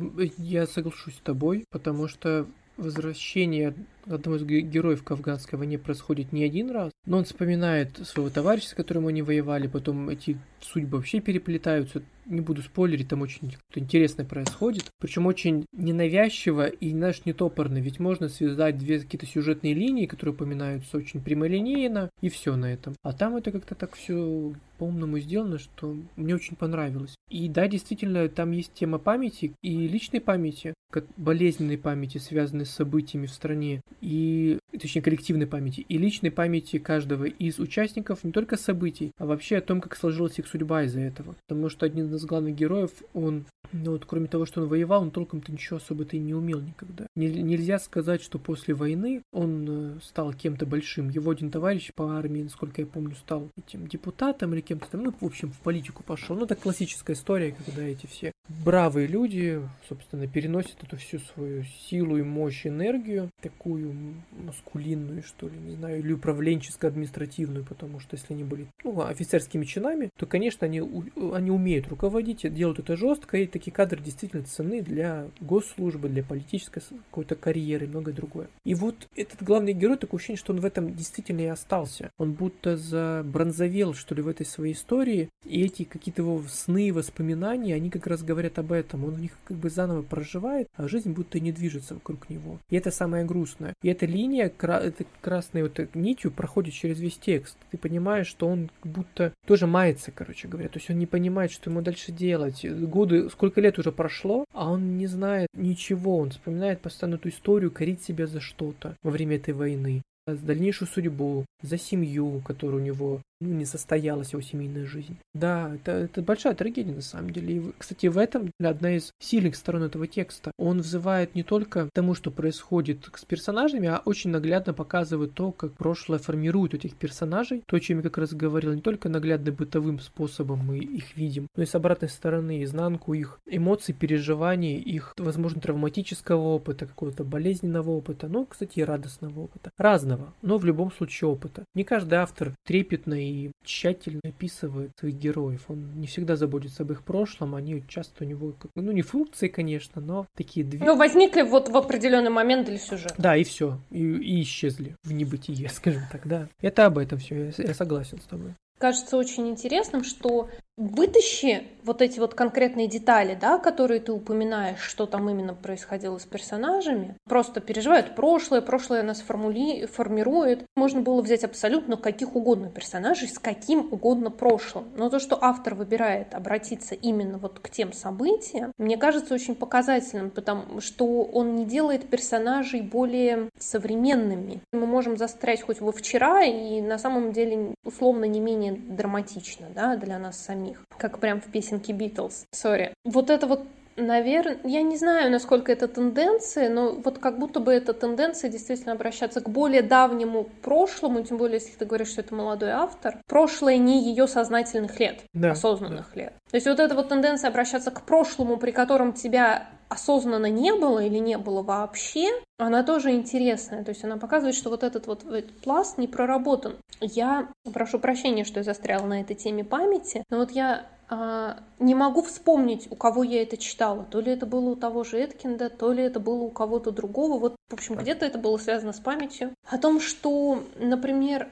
Я соглашусь с тобой, потому что возвращение одного из героев к афганской войне происходит не один раз, но он вспоминает своего товарища, с которым они воевали, потом эти судьбы вообще переплетаются. Не буду спойлерить, там очень интересное происходит. Причем очень ненавязчиво и, знаешь, не топорно. Ведь можно связать две какие-то сюжетные линии, которые упоминаются очень прямолинейно, и все на этом. А там это как-то так все по-умному сделано, что мне очень понравилось. И да, действительно, там есть тема памяти и личной памяти, болезненной памяти, связанной с событиями в стране, и, точнее, коллективной памяти, и личной памяти каждого из участников не только событий, а вообще о том, как сложилась их судьба из-за этого. Потому что один из главных героев, он, кроме того, что он воевал, он толком-то ничего особо-то и не умел никогда. Нельзя сказать, что после войны он стал кем-то большим. Его один товарищ по армии, насколько я помню, стал этим депутатом или кем-то там, в общем, в политику пошел. Это классическая история, когда эти все бравые люди, собственно, переносят эту всю свою силу и мощь, энергию такую такую маскулинную, что ли, не знаю, или управленческо-административную, потому что если они были, офицерскими чинами, то, конечно, они умеют руководить, делают это жестко, и такие кадры действительно ценны для госслужбы, для политической какой-то карьеры и многое другое. И вот этот главный герой, такое ощущение, что он в этом действительно и остался. Он будто забронзовел, что ли, в этой своей истории, и эти какие-то его сны, воспоминания, они как раз говорят об этом. Он в них как бы заново проживает, а жизнь будто не движется вокруг него. И это самое грустное. И эта линия, этой красной вот нитью проходит через весь текст. Ты понимаешь, что он как будто тоже мается, короче говоря. То есть он не понимает, что ему дальше делать. Годы, сколько лет уже прошло, а он не знает ничего. Он вспоминает постоянно эту историю, корит себя за что-то во время этой войны. За дальнейшую судьбу, за семью, которая у него не состоялась, его семейная жизнь. Да, это большая трагедия на самом деле. И, кстати, в этом одна из сильных сторон этого текста. Он взывает не только к тому, что происходит с персонажами, а очень наглядно показывает то, как прошлое формирует этих персонажей. То, о чем я как раз говорил, не только наглядно бытовым способом мы их видим, но и с обратной стороны, изнанку их эмоций, переживаний, их, возможно, травматического опыта, какого-то болезненного опыта, кстати, и радостного опыта. Разного, но в любом случае опыта. Не каждый автор трепетно и тщательно описывает своих героев. Он не всегда заботится об их прошлом, они часто у него, не функции, конечно, но такие две... возникли вот в определенный момент для сюжета. Да, и все. И исчезли в небытие, скажем так, да. Это об этом все, я согласен с тобой. Кажется очень интересным, что вытащи вот эти вот конкретные детали, да, которые ты упоминаешь, что там именно происходило с персонажами, просто переживают прошлое нас формирует. Можно было взять абсолютно каких угодно персонажей с каким угодно прошлым. Но то, что автор выбирает обратиться именно вот к тем событиям, мне кажется очень показательным, потому что он не делает персонажей более современными. Мы можем застрять хоть во вчера, и на самом деле условно не менее драматично, да, для нас самих. Как прям в песенке Beatles. Вот это вот, наверное, я не знаю, насколько это тенденция, но вот как будто бы это тенденция действительно обращаться к более давнему прошлому, тем более, если ты говоришь, что это молодой автор. Прошлое не ее сознательных лет, осознанных лет. То есть вот эта вот тенденция обращаться к прошлому, при котором тебя осознанно не было или не было вообще, она тоже интересная. То есть она показывает, что вот этот пласт не проработан. Я прошу прощения, что я застряла на этой теме памяти, но вот я не могу вспомнить, у кого я это читала. То ли это было у того же Эткинда, то ли это было у кого-то другого. Вот, в общем, где-то это было связано с памятью. О том, что, например,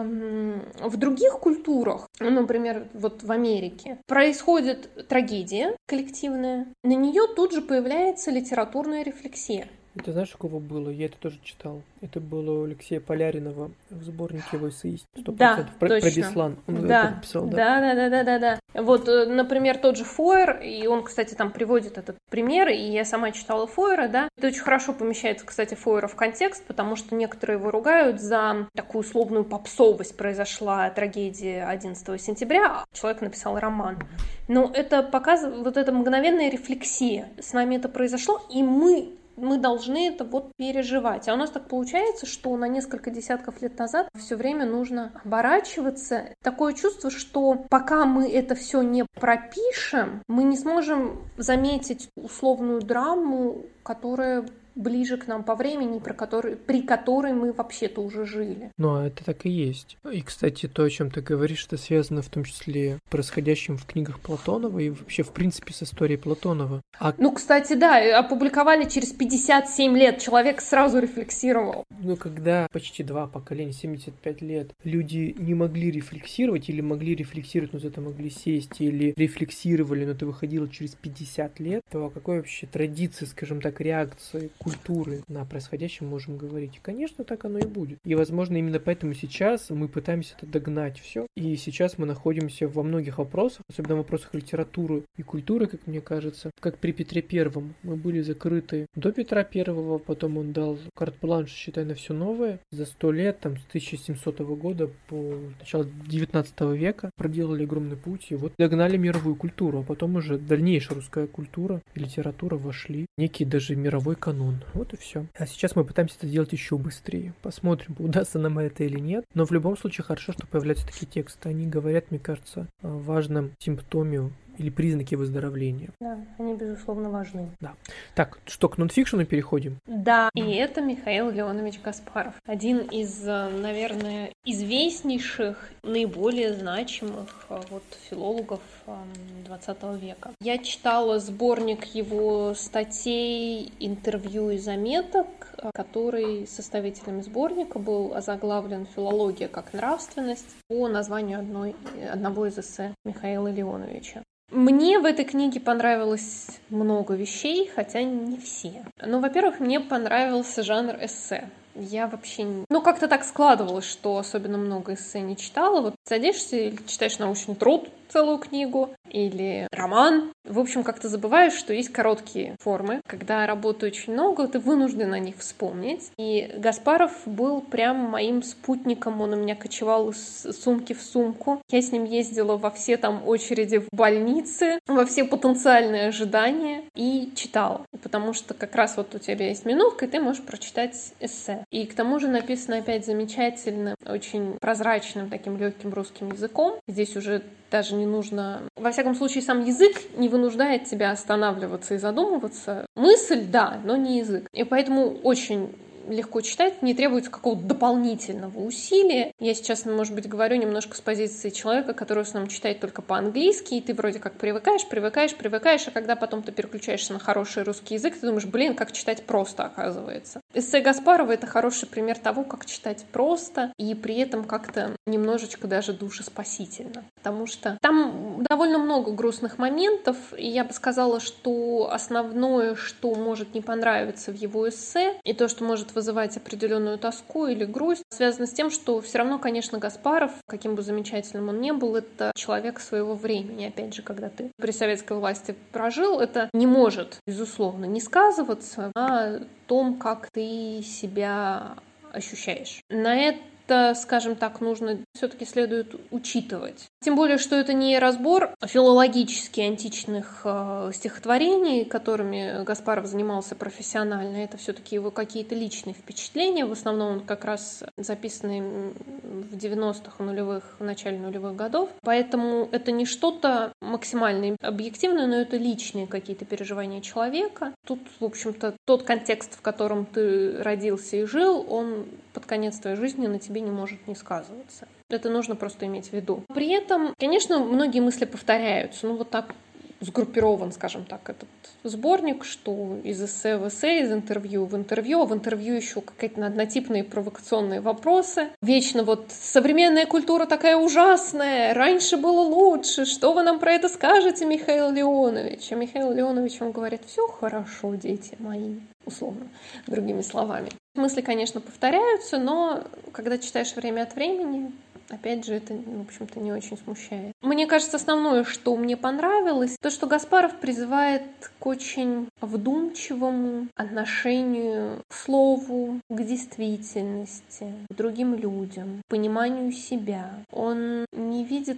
в других культурах, например, вот в Америке, происходит трагедия коллективная, на нее тут же появляется литературная рефлексия. Это знаешь, у кого было? Я это тоже читал. Это было у Алексея Поляринова в сборнике его эссеистов. 100%. Да, про Беслан. Он это написал, да. Вот, например, тот же Фойер, и он, кстати, там приводит этот пример, и я сама читала Фойера, да. Это очень хорошо помещается, кстати, Фойера в контекст, потому что некоторые его ругают за такую условную попсовость. Произошла трагедия 11 сентября, а человек написал роман. Но это показывает, вот эта мгновенная рефлексия. С нами это произошло, и мы должны это переживать. А у нас так получается, что на несколько десятков лет назад все время нужно оборачиваться. Такое чувство, что пока мы это все не пропишем, мы не сможем заметить условную драму, которая ближе к нам по времени, при которой мы вообще-то уже жили. Ну, это так и есть. И, кстати, то, о чем ты говоришь, это связано в том числе с происходящим в книгах Платонова и вообще, в принципе, с историей Платонова. Кстати, да, опубликовали через 57 лет, человек сразу рефлексировал. Когда почти 2 поколения, 75 лет, люди не могли рефлексировать или могли рефлексировать, но зато могли сесть, или рефлексировали, но это выходило через 50 лет, то о какой вообще традиции, скажем так, реакции культуры на происходящее можем говорить. И, конечно, так оно и будет. И, возможно, именно поэтому сейчас мы пытаемся это догнать все. И сейчас мы находимся во многих вопросах, особенно в вопросах литературы и культуры, как мне кажется, как при Петре Первом. Мы были закрыты до Петра Первого, потом он дал карт-бланш, считай, на все новое. За 100 лет, с 1700 года по начало 19 века проделали огромный путь, и догнали мировую культуру, а потом уже дальнейшая русская культура и литература вошли в некий даже мировой канон. Вот и все. А сейчас мы пытаемся это сделать еще быстрее. Посмотрим, удастся нам это или нет. Но в любом случае хорошо, что появляются такие тексты. Они говорят, мне кажется, о важном симптоме или признаки выздоровления. Да, они, безусловно, важны. Да. Так, что, к нонфикшену переходим? Да, и это Михаил Леонович Гаспаров. Один из, наверное, известнейших, наиболее значимых филологов XX века. Я читала сборник его статей, интервью и заметок, который составителями сборника был озаглавлен «Филология как нравственность» по названию одного из эссе Михаила Леоновича. Мне в этой книге понравилось много вещей, хотя не все. Во-первых, мне понравился жанр эссе. Я вообще... как-то так складывалось, что особенно много эссе не читала. Садишься или читаешь научный труд, целую книгу, или роман. В общем, как-то забываешь, что есть короткие формы. Когда работы очень много, ты вынужден о них вспомнить. И Гаспаров был прям моим спутником. Он у меня кочевал из сумки в сумку. Я с ним ездила во все там очереди в больнице, во все потенциальные ожидания и читала. Потому что как раз у тебя есть минутка, и ты можешь прочитать эссе. И к тому же написано опять замечательно, очень прозрачным таким легким русским языком. Здесь уже даже не нужно... Во всяком случае, сам язык не вынуждает тебя останавливаться и задумываться. Мысль, да, но не язык. И поэтому очень легко читать, не требуется какого-то дополнительного усилия. Я сейчас, может быть, говорю немножко с позиции человека, который в основном читает только по-английски, и ты вроде как привыкаешь, а когда потом ты переключаешься на хороший русский язык, ты думаешь, как читать просто, оказывается. Эссе Гаспарова — это хороший пример того, как читать просто, и при этом как-то немножечко даже душеспасительно. Потому что там довольно много грустных моментов, и я бы сказала, что основное, что может не понравиться в его эссе, и то, что может вызывать определенную тоску или грусть, связано с тем, что все равно, конечно, Гаспаров, каким бы замечательным он ни был, это человек своего времени. Опять же, когда ты при советской власти прожил, это не может, безусловно, не сказываться на том, как ты себя ощущаешь. На это, скажем так, нужно все-таки следует учитывать. Тем более, что это не разбор филологически античных стихотворений, которыми Гаспаров занимался профессионально. Это все-таки его какие-то личные впечатления. В основном он как раз записанный в 90-х, нулевых, в начале нулевых годов. Поэтому это не что-то максимально объективное, но это личные какие-то переживания человека. Тут, в общем-то, тот контекст, в котором ты родился и жил, он под конец твоей жизни на тебе не может не сказываться. Это нужно просто иметь в виду. При этом, конечно, многие мысли повторяются. Так сгруппирован, скажем так, этот сборник, что из эссе в эссе, из интервью в интервью, а в интервью еще какие-то однотипные провокационные вопросы. Вечно современная культура такая ужасная, раньше было лучше, что вы нам про это скажете, Михаил Леонович? А Михаил Леонович вам говорит: все хорошо, дети мои, условно, другими словами. Мысли, конечно, повторяются, но когда читаешь время от времени, опять же, это, в общем-то, не очень смущает. Мне кажется, основное, что мне понравилось, то, что Гаспаров призывает к очень вдумчивому отношению к слову, к действительности, к другим людям, к пониманию себя. Он не видит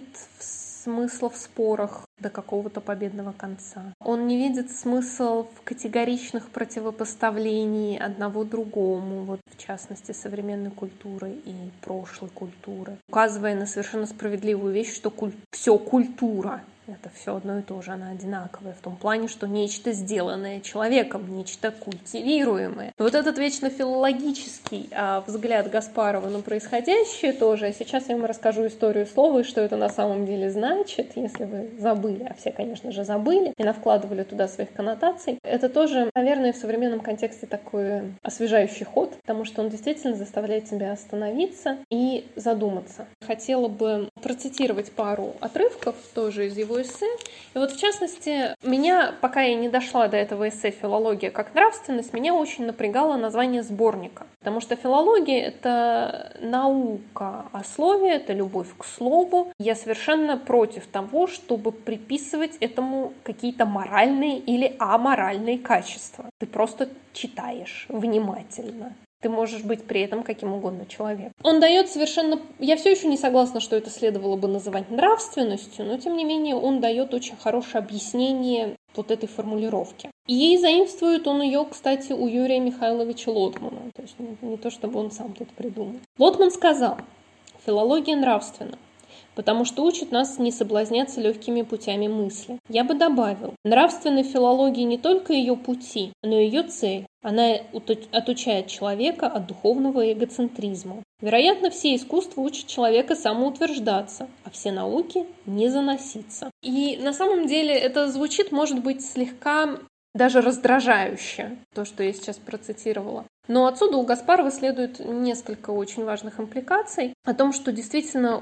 смысла в спорах до какого-то победного конца. Он не видит смысла в категоричных противопоставлений одного другому, в частности, современной культуры и прошлой культуры, указывая на совершенно справедливую вещь, что все культура. Это все одно и то же, она одинаковая в том плане, что нечто сделанное человеком, нечто культивируемое. Этот вечно филологический взгляд Гаспарова на происходящее тоже. Сейчас я вам расскажу историю слова и что это на самом деле значит, если вы забыли, а все, конечно же, забыли и навкладывали туда своих коннотаций. Это тоже, наверное, в современном контексте такой освежающий ход, потому что он действительно заставляет тебя остановиться и задуматься. Хотела бы процитировать пару отрывков тоже из его эссе. И в частности, меня, пока я не дошла до этого эссе «Филология как нравственность», меня очень напрягало название сборника. Потому что филология — это наука о слове, это любовь к слову. Я совершенно против того, чтобы приписывать этому какие-то моральные или аморальные качества. Ты просто читаешь внимательно. Ты можешь быть при этом каким угодно человеком. Он дает совершенно... Я все еще не согласна, что это следовало бы называть нравственностью, но тем не менее он дает очень хорошее объяснение этой формулировки. И заимствует он ее, кстати, у Юрия Михайловича Лотмана. То есть не то, чтобы он сам тут придумал. Лотман сказал: «Филология нравственна. потому что учит нас не соблазняться легкими путями мысли. Я бы добавил, нравственной филологии не только ее пути, но и ее цель. Она отучает человека от духовного эгоцентризма. Вероятно, все искусства учат человека самоутверждаться, а все науки не заноситься. И на самом деле это звучит, может быть, слегка даже раздражающе, то, что я сейчас процитировала. Но отсюда у Гаспарова следует несколько очень важных импликаций о том, что действительно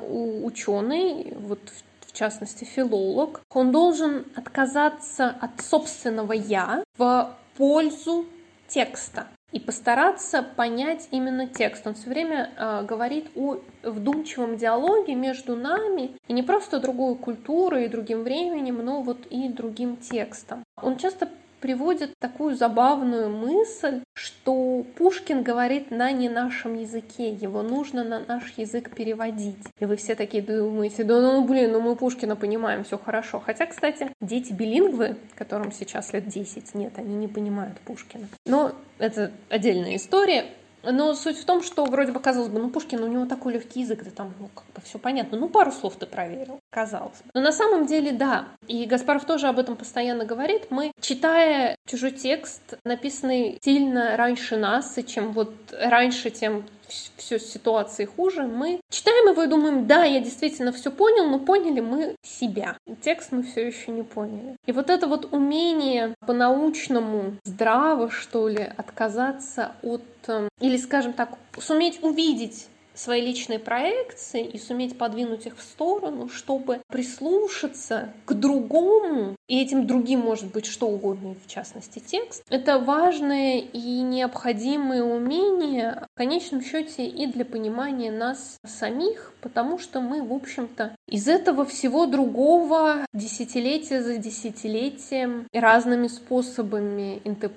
ученый, вот в частности филолог, он должен отказаться от собственного «я» в пользу текста и постараться понять именно текст. Он все время говорит о вдумчивом диалоге между нами, и не просто другой культурой и другим временем, но вот и другим текстом. Он часто приводит такую забавную мысль, что Пушкин говорит на не нашем языке, его нужно на наш язык переводить. И вы все такие думаете, мы Пушкина понимаем, все хорошо. Хотя, кстати, дети билингвы, которым сейчас лет 10, нет, они не понимают Пушкина. Но это отдельная история. Но суть в том, что вроде бы казалось бы, Пушкин, у него такой легкий язык, да там, как бы все понятно, пару слов ты проверил, казалось бы. Но на самом деле, да, и Гаспаров тоже об этом постоянно говорит, мы, читая чужой текст, написанный сильно раньше нас, и чем вот раньше, тем все ситуации хуже, мы читаем его и думаем, да, я действительно все понял, но поняли мы себя. Текст мы все еще не поняли. И вот это вот умение по-научному здраво, что ли, отказаться от, или, скажем так, суметь увидеть свои личные проекции и суметь подвинуть их в сторону, чтобы прислушаться к другому, и этим другим может быть что угодно, и в частности текст. Это важное и необходимое умение, в конечном счете, и для понимания нас самих, потому что мы, в общем-то, из этого всего другого десятилетие за десятилетием разными способами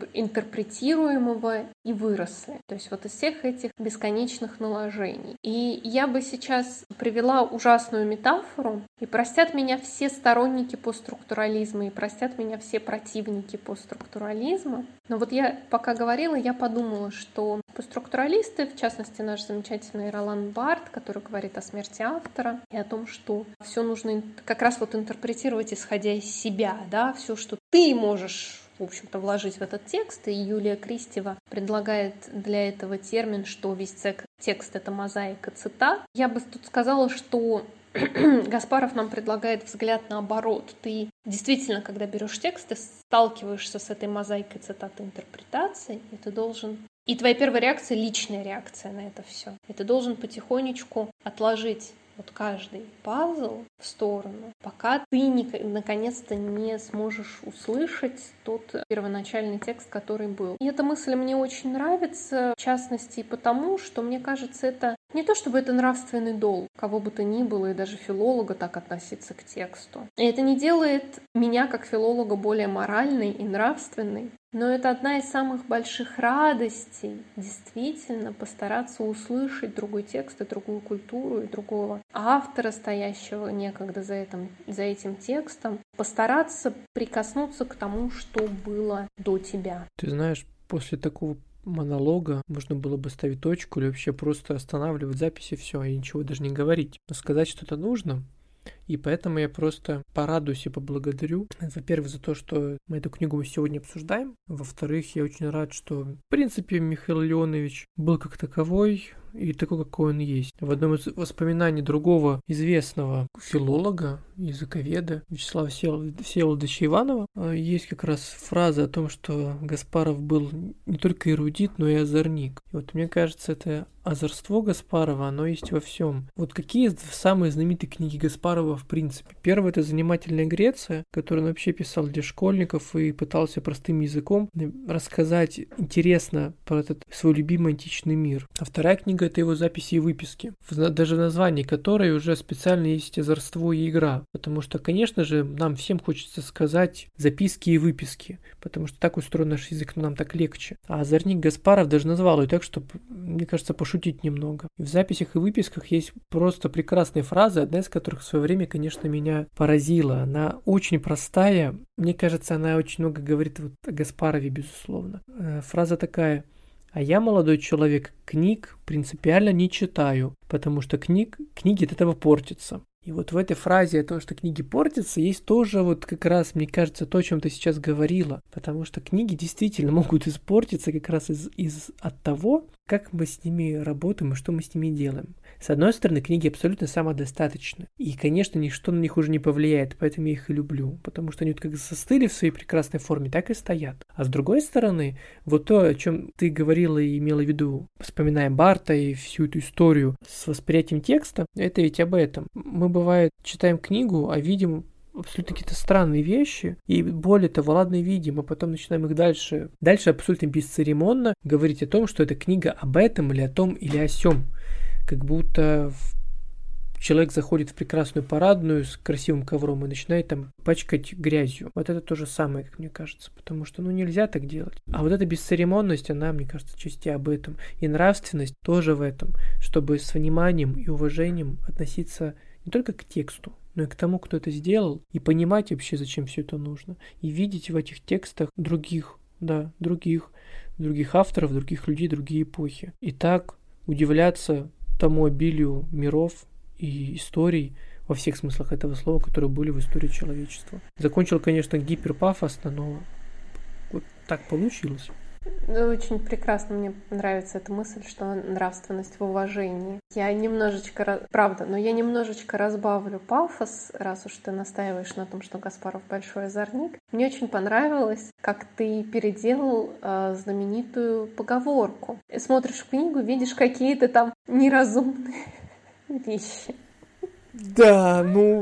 интерпретируемого и выросли. То есть вот из всех этих бесконечных наложений. И я бы сейчас привела ужасную метафору, и простят меня все сторонники постструктурализма, и простят меня все противники постструктурализма. Но вот я пока говорила, я подумала, что постструктуралисты, в частности наш замечательный Ролан Барт, который говорит о смерти автора, и о том, что все нужно как раз вот интерпретировать, исходя из себя, да, все, что ты можешь в общем-то, вложить в этот текст. И Юлия Кристева предлагает для этого термин, что весь текст — это мозаика цитат. Я бы тут сказала, что Гаспаров нам предлагает взгляд наоборот. Ты действительно, когда берешь текст, ты сталкиваешься с этой мозаикой цитат и интерпретаций, и ты должен... И твоя первая реакция — личная реакция на это все. И ты должен потихонечку отложить вот каждый пазл в сторону, пока ты наконец-то не сможешь услышать тот первоначальный текст, который был. И эта мысль мне очень нравится, в частности, потому, что, мне кажется, это не то, чтобы это нравственный долг, кого бы то ни было, и даже филолога так относиться к тексту. И это не делает меня, как филолога, более моральной и нравственной, но это одна из самых больших радостей, действительно, постараться услышать другой текст, и другую культуру, и другого автора, стоящего некогда за этим текстом, постараться прикоснуться к тому, что было до тебя. Ты знаешь, после такого монолога можно было бы ставить точку или вообще просто останавливать записи, все, и ничего даже не говорить. Но сказать что-то нужно, и поэтому я просто порадуюсь и поблагодарю, во-первых, за то, что мы эту книгу сегодня обсуждаем, во-вторых, я очень рад, что, в принципе, Михаил Леонович был как таковой, и такой, какой он есть. В одном из воспоминаний другого известного филолога, языковеда Вячеслава Всеволодовича Иванова есть как раз фраза о том, что Гаспаров был не только эрудит, но и озорник. И вот мне кажется, это озорство Гаспарова, оно есть во всем. Вот какие самые знаменитые книги Гаспарова в принципе? Первое — это «Занимательная Греция», которую он вообще писал для школьников и пытался простым языком рассказать интересно про этот свой любимый античный мир. А вторая книга — это его записи и выписки, даже в названии которой уже специально есть озорство и игра. Потому что, конечно же, нам всем хочется сказать записки и выписки, потому что так устроен наш язык, но нам так легче. А озорник Гаспаров даже назвал ее так, что, мне кажется, пошутить немного. И в записях и выписках есть просто прекрасные фразы, одна из которых в свое время, конечно, меня поразила. Она очень простая. Мне кажется, она очень много говорит вот о Гаспарове, безусловно. Фраза такая: «А я, молодой человек, книг принципиально не читаю, потому что книги от этого портятся. И вот в этой фразе о том, что книги портятся, есть тоже вот как раз, мне кажется, то, о чем ты сейчас говорила. Потому что книги действительно могут испортиться как раз от того, как мы с ними работаем и что мы с ними делаем. С одной стороны, книги абсолютно самодостаточны. И, конечно, ничто на них уже не повлияет, поэтому я их и люблю. Потому что они вот как застыли в своей прекрасной форме, так и стоят. А с другой стороны, вот то, о чем ты говорила и имела в виду, вспоминая Барта и всю эту историю с восприятием текста, это ведь об этом. Мы, бывает, читаем книгу, а видим абсолютно какие-то странные вещи, и более того, ладно, видим, а потом начинаем их дальше абсолютно бесцеремонно говорить о том, что эта книга об этом или о том или о сём. Как будто человек заходит в прекрасную парадную с красивым ковром и начинает там пачкать грязью. Вот это то же самое, как мне кажется, потому что, нельзя так делать. А вот эта бесцеремонность, она, мне кажется, части об этом. И нравственность тоже в этом, чтобы с вниманием и уважением относиться не только к тексту, но и к тому, кто это сделал, и понимать вообще, зачем все это нужно, и видеть в этих текстах других авторов, других людей, другие эпохи. И так удивляться тому обилию миров и историй во всех смыслах этого слова, которые были в истории человечества. Закончил, конечно, гиперпафосно, но вот так получилось. Очень прекрасно, мне нравится эта мысль, что нравственность в уважении. Я немножечко разбавлю пафос, раз уж ты настаиваешь на том, что Каспаров большой озорник. Мне очень понравилось, как ты переделал знаменитую поговорку. Смотришь в книгу, видишь какие-то там неразумные вещи. Да,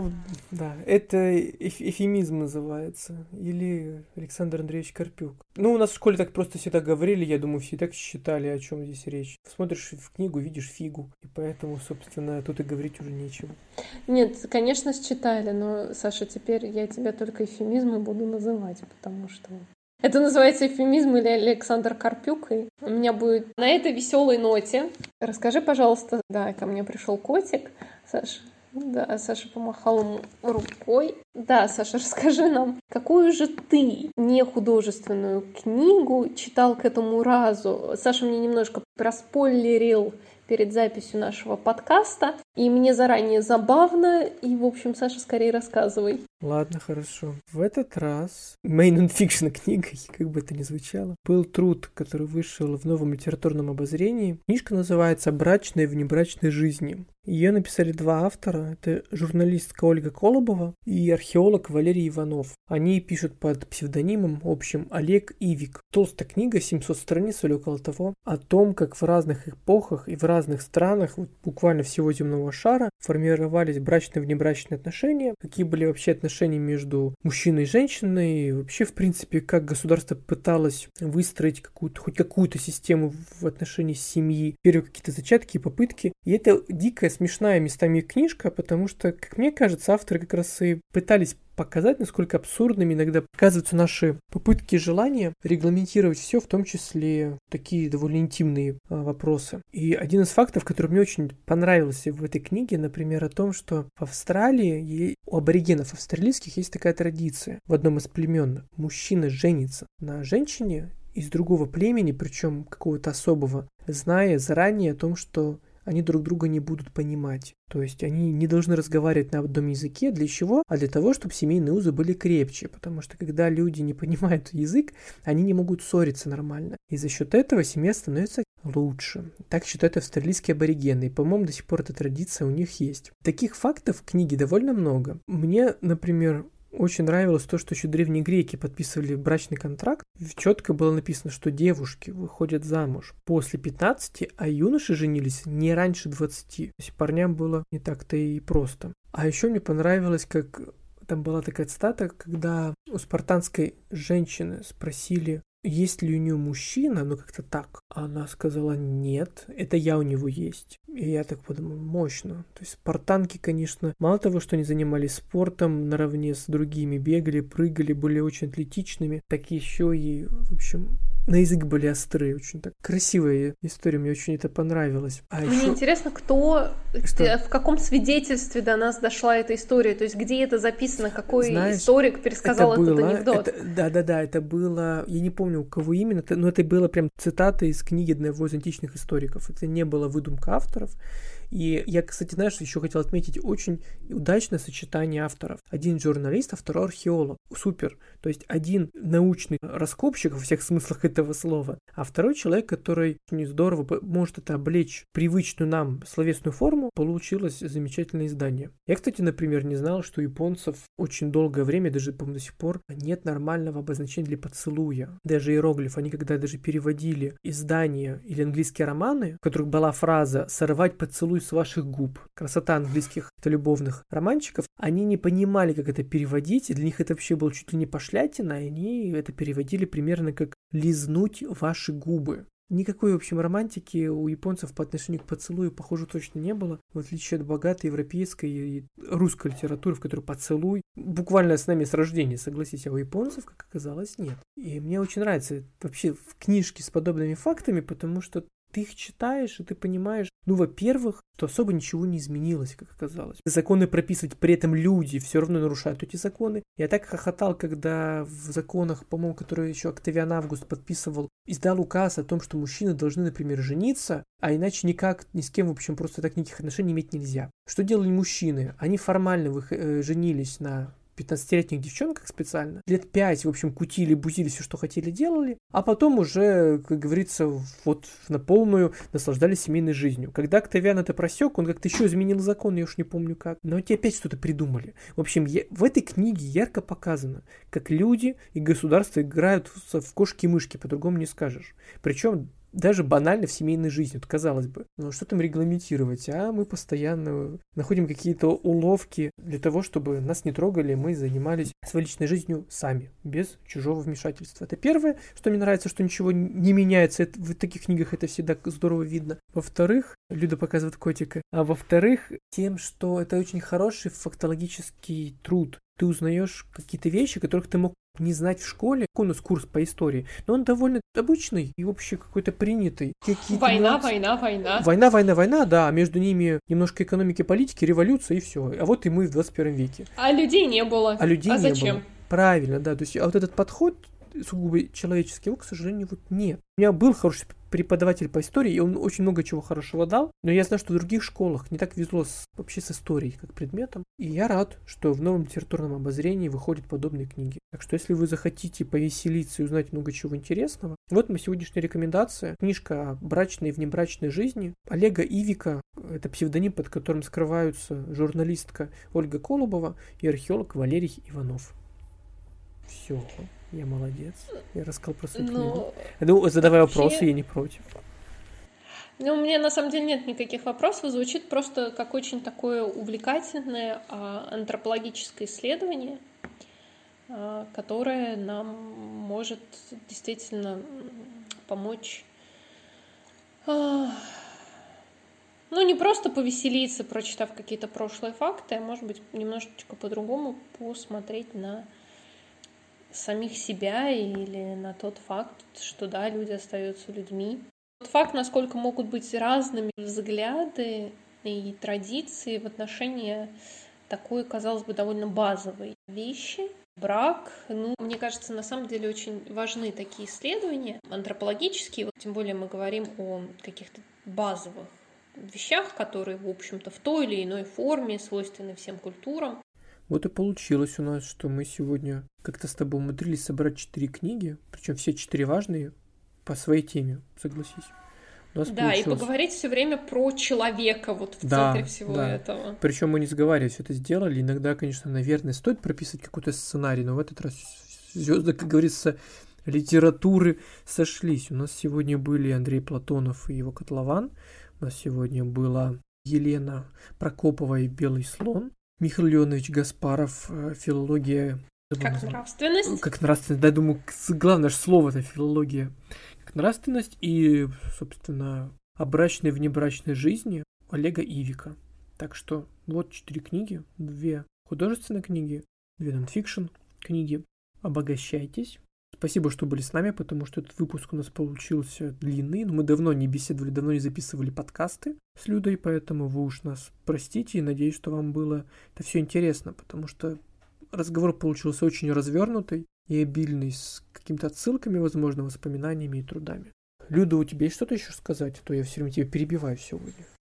это эфемизм называется. Или Александр Андреевич Карпюк. У нас в школе так просто всегда говорили, я думаю, все так считали, о чем здесь речь. Смотришь в книгу, видишь фигу, и поэтому, собственно, тут и говорить уже нечего. Нет, конечно, считали, но, Саша, теперь я тебя только эфемизмы буду называть, потому что... Это называется эфемизм или Александр Карпюк. И у меня будет на этой веселой ноте. Расскажи, пожалуйста, ко мне пришел котик, Саша. Да, Саша помахал ему рукой. Да, Саша, расскажи нам, какую же ты нехудожественную книгу читал к этому разу? Саша мне немножко проспойлерил перед записью нашего подкаста, и мне заранее забавно, и, в общем, Саша, скорее рассказывай. Ладно, хорошо. В этот раз моей нонфикшн книгой, как бы это ни звучало, был труд, который вышел в Новом литературном обозрении. Книжка называется «Брачные и внебрачные жизни». Ее написали два автора. Это журналистка Ольга Колобова и археолог Валерий Иванов. Они пишут под псевдонимом общим Олег Ивик. Толстая книга, 700 страниц или около того, о том, как в разных эпохах и в разных странах, буквально всего земного шара, формировались брачные и внебрачные отношения, какие были вообще отношения между мужчиной и женщиной, и вообще, в принципе, как государство пыталось выстроить хоть какую-то систему в отношении семьи, первые какие-то зачатки и попытки. И это дикая, смешная местами книжка, потому что, как мне кажется, авторы как раз и пытались показать, насколько абсурдными иногда оказываются наши попытки и желания регламентировать все, в том числе такие довольно интимные вопросы. И один из фактов, который мне очень понравился в этой книге, например, о том, что в Австралии у аборигенов австралийских есть такая традиция. В одном из племен мужчина женится на женщине из другого племени, причем какого-то особого, зная заранее о том, что они друг друга не будут понимать. То есть они не должны разговаривать на одном языке. Для чего? А для того, чтобы семейные узы были крепче. Потому что когда люди не понимают язык, они не могут ссориться нормально. И за счет этого семья становится лучше. Так считают австралийские аборигены. И, по-моему, до сих пор эта традиция у них есть. Таких фактов в книге довольно много. Мне, например, очень нравилось то, что еще древние греки подписывали брачный контракт. Четко было написано, что девушки выходят замуж после 15, а юноши женились не раньше 20. То есть парням было не так-то и просто. А еще мне понравилось, как там была такая цитата, когда у спартанской женщины спросили, есть ли у нее мужчина, как-то так. А она сказала, нет, это я у него есть. И я так подумал, мощно. То есть спартанки, конечно, мало того, что они занимались спортом, наравне с другими бегали, прыгали, были очень атлетичными, так еще и, в общем, на язык были острые. Очень так красивая история, мне очень это понравилось. Мне еще... интересно, в каком свидетельстве до нас дошла эта история, то есть где это записано, какой историк пересказал этот анекдот. Да, это было, я не помню, у кого именно, но это было прям цитата из книги одного из античных историков. Это не была выдумка авторов. И я, кстати, знаешь, еще хотел отметить очень удачное сочетание авторов. Один журналист, а второй археолог. Супер. То есть один научный раскопщик во всех смыслах этого слова, а второй человек, который очень здорово может это облечь в привычную нам словесную форму. Получилось замечательное издание. Я, кстати, например, не знал, что у японцев очень долгое время, даже, по-моему, до сих пор нет нормального обозначения для поцелуя. Даже иероглиф. Они когда даже переводили издания или английские романы, в которых была фраза «сорвать поцелуй с ваших губ», красота английских любовных романчиков, они не понимали, как это переводить, и для них это вообще было чуть ли не пошлятина, и они это переводили примерно как «лизнуть ваши губы». Никакой, в общем, романтики у японцев по отношению к поцелую, похоже, точно не было, в отличие от богатой европейской и русской литературы, в которой поцелуй буквально с нами с рождения, согласись, а у японцев, как оказалось, нет. И мне очень нравится вообще в книжке с подобными фактами, потому что ты их читаешь, и ты понимаешь, во-первых, что особо ничего не изменилось, как оказалось. Законы прописывать, при этом люди все равно нарушают эти законы. Я так хохотал, когда в законах, по-моему, которые еще Октавиан Август подписывал, издал указ о том, что мужчины должны, например, жениться, а иначе никак, ни с кем, в общем, просто так никаких отношений иметь нельзя. Что делали мужчины? Они формально женились на 15-летних девчонках специально. Лет 5, в общем, кутили, бузили, все, что хотели, делали. А потом уже, как говорится, вот на полную наслаждались семейной жизнью. Когда Октавиан это просек, он как-то еще изменил закон, я уж не помню как. Но эти опять что-то придумали. В общем, в этой книге ярко показано, как люди и государство играют в кошки-мышки, по-другому не скажешь. Причем даже банально в семейной жизни, вот казалось бы. Ну что там регламентировать? А мы постоянно находим какие-то уловки для того, чтобы нас не трогали, мы занимались своей личной жизнью сами, без чужого вмешательства. Это первое, что мне нравится, что ничего не меняется. В таких книгах это всегда здорово видно. Во-вторых, Люда показывает котика. А во-вторых, тем, что это очень хороший фактологический труд. Ты узнаешь какие-то вещи, которых ты мог не знать в школе. У нас курс по истории, но он довольно обычный и вообще какой-то принятый. Война, да, а между ними немножко экономики, политики, революция и все. А вот и мы в 21 веке. А людей не было. Зачем? Было. Правильно, да. То есть, а вот этот подход сугубо человеческий, его, к сожалению, вот нет. У меня был хороший преподаватель по истории, и он очень много чего хорошего дал, но я знаю, что в других школах не так везло вообще с историей как предметом, и я рад, что в новом литературном обозрении выходят подобные книги. Так что, если вы захотите повеселиться и узнать много чего интересного, вот моя сегодняшняя рекомендация. Книжка о брачной и внебрачной жизни Олега Ивика, это псевдоним, под которым скрываются журналистка Ольга Колобова и археолог Валерий Иванов. Все. Я молодец. Я рассказал про свою книгу. Ну, задавай вопросы, я не против. Ну, у меня на самом деле нет никаких вопросов. Звучит просто как очень такое увлекательное антропологическое исследование, которое нам может действительно помочь, ну, не просто повеселиться, прочитав какие-то прошлые факты, а может быть немножечко по-другому посмотреть на самих себя или на тот факт, что да, люди остаются людьми. Тот факт, насколько могут быть разными взгляды и традиции в отношении такой, казалось бы, довольно базовой вещи. Брак. Ну, мне кажется, на самом деле очень важны такие исследования антропологические. Тем более мы говорим о каких-то базовых вещах, которые, в общем-то, в той или иной форме свойственны всем культурам. Вот и получилось у нас, что мы сегодня как-то с тобой умудрились собрать 4 книги, причем все 4 важные по своей теме, согласись. Да, получилось. И поговорить все время про человека вот в центре всего этого. Причем мы не сговариваясь это сделали. Иногда, конечно, наверное, стоит прописать какой-то сценарий, но в этот раз звезды, как говорится, литературы сошлись. У нас сегодня были Андрей Платонов и его «Котлован». У нас сегодня была Елена Прокопова и «Белый слон». Михаил Леонович Гаспаров, филология... Как нравственность? Как нравственность, да, думаю, главное же слово это филология. Как нравственность и, собственно, о брачной и внебрачной жизни Олега Ивика. Так что вот 4 книги, 2 художественные книги, 2 нонфикшн книги. Обогащайтесь. Спасибо, что были с нами, потому что этот выпуск у нас получился длинный, но мы давно не беседовали, давно не записывали подкасты с Людой, поэтому вы уж нас простите и надеюсь, что вам было это все интересно, потому что разговор получился очень развернутый и обильный, с какими-то отсылками, возможно, воспоминаниями и трудами. Люда, у тебя есть что-то еще сказать? А то я все время тебя перебиваю сегодня.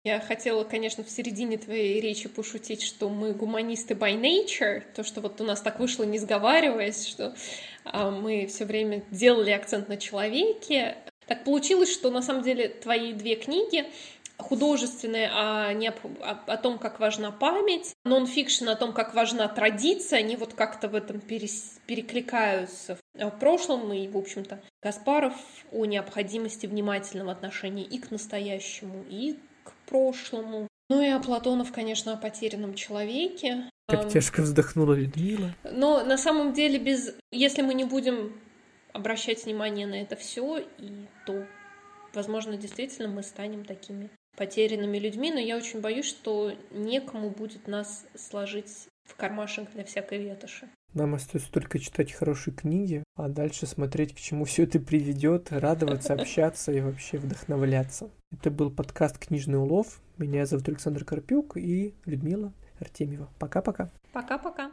Я хотела, конечно, в середине твоей речи пошутить, что мы гуманисты by nature, то, что вот у нас так вышло, не сговариваясь, что мы все время делали акцент на человеке. Так получилось, что на самом деле твои две книги художественные о том, как важна память, нон-фикшн о том, как важна традиция, они вот как-то в этом перекликаются в прошлом, и, в общем-то, Каспаров о необходимости внимательного отношения и к настоящему, и к прошлому. Ну и а Платонов, конечно, о потерянном человеке. Так тяжко вздохнула Людмила. Но на самом деле, если мы не будем обращать внимание на это все, то, возможно, действительно мы станем такими потерянными людьми, но я очень боюсь, что некому будет нас сложить в кармашек для всякой ветоши. Нам остается только читать хорошие книги, а дальше смотреть, к чему все это приведет, радоваться, общаться и вообще вдохновляться. Это был подкаст «Книжный улов». Меня зовут Александр Карпюк и Людмила Артемьева. Пока-пока. Пока-пока.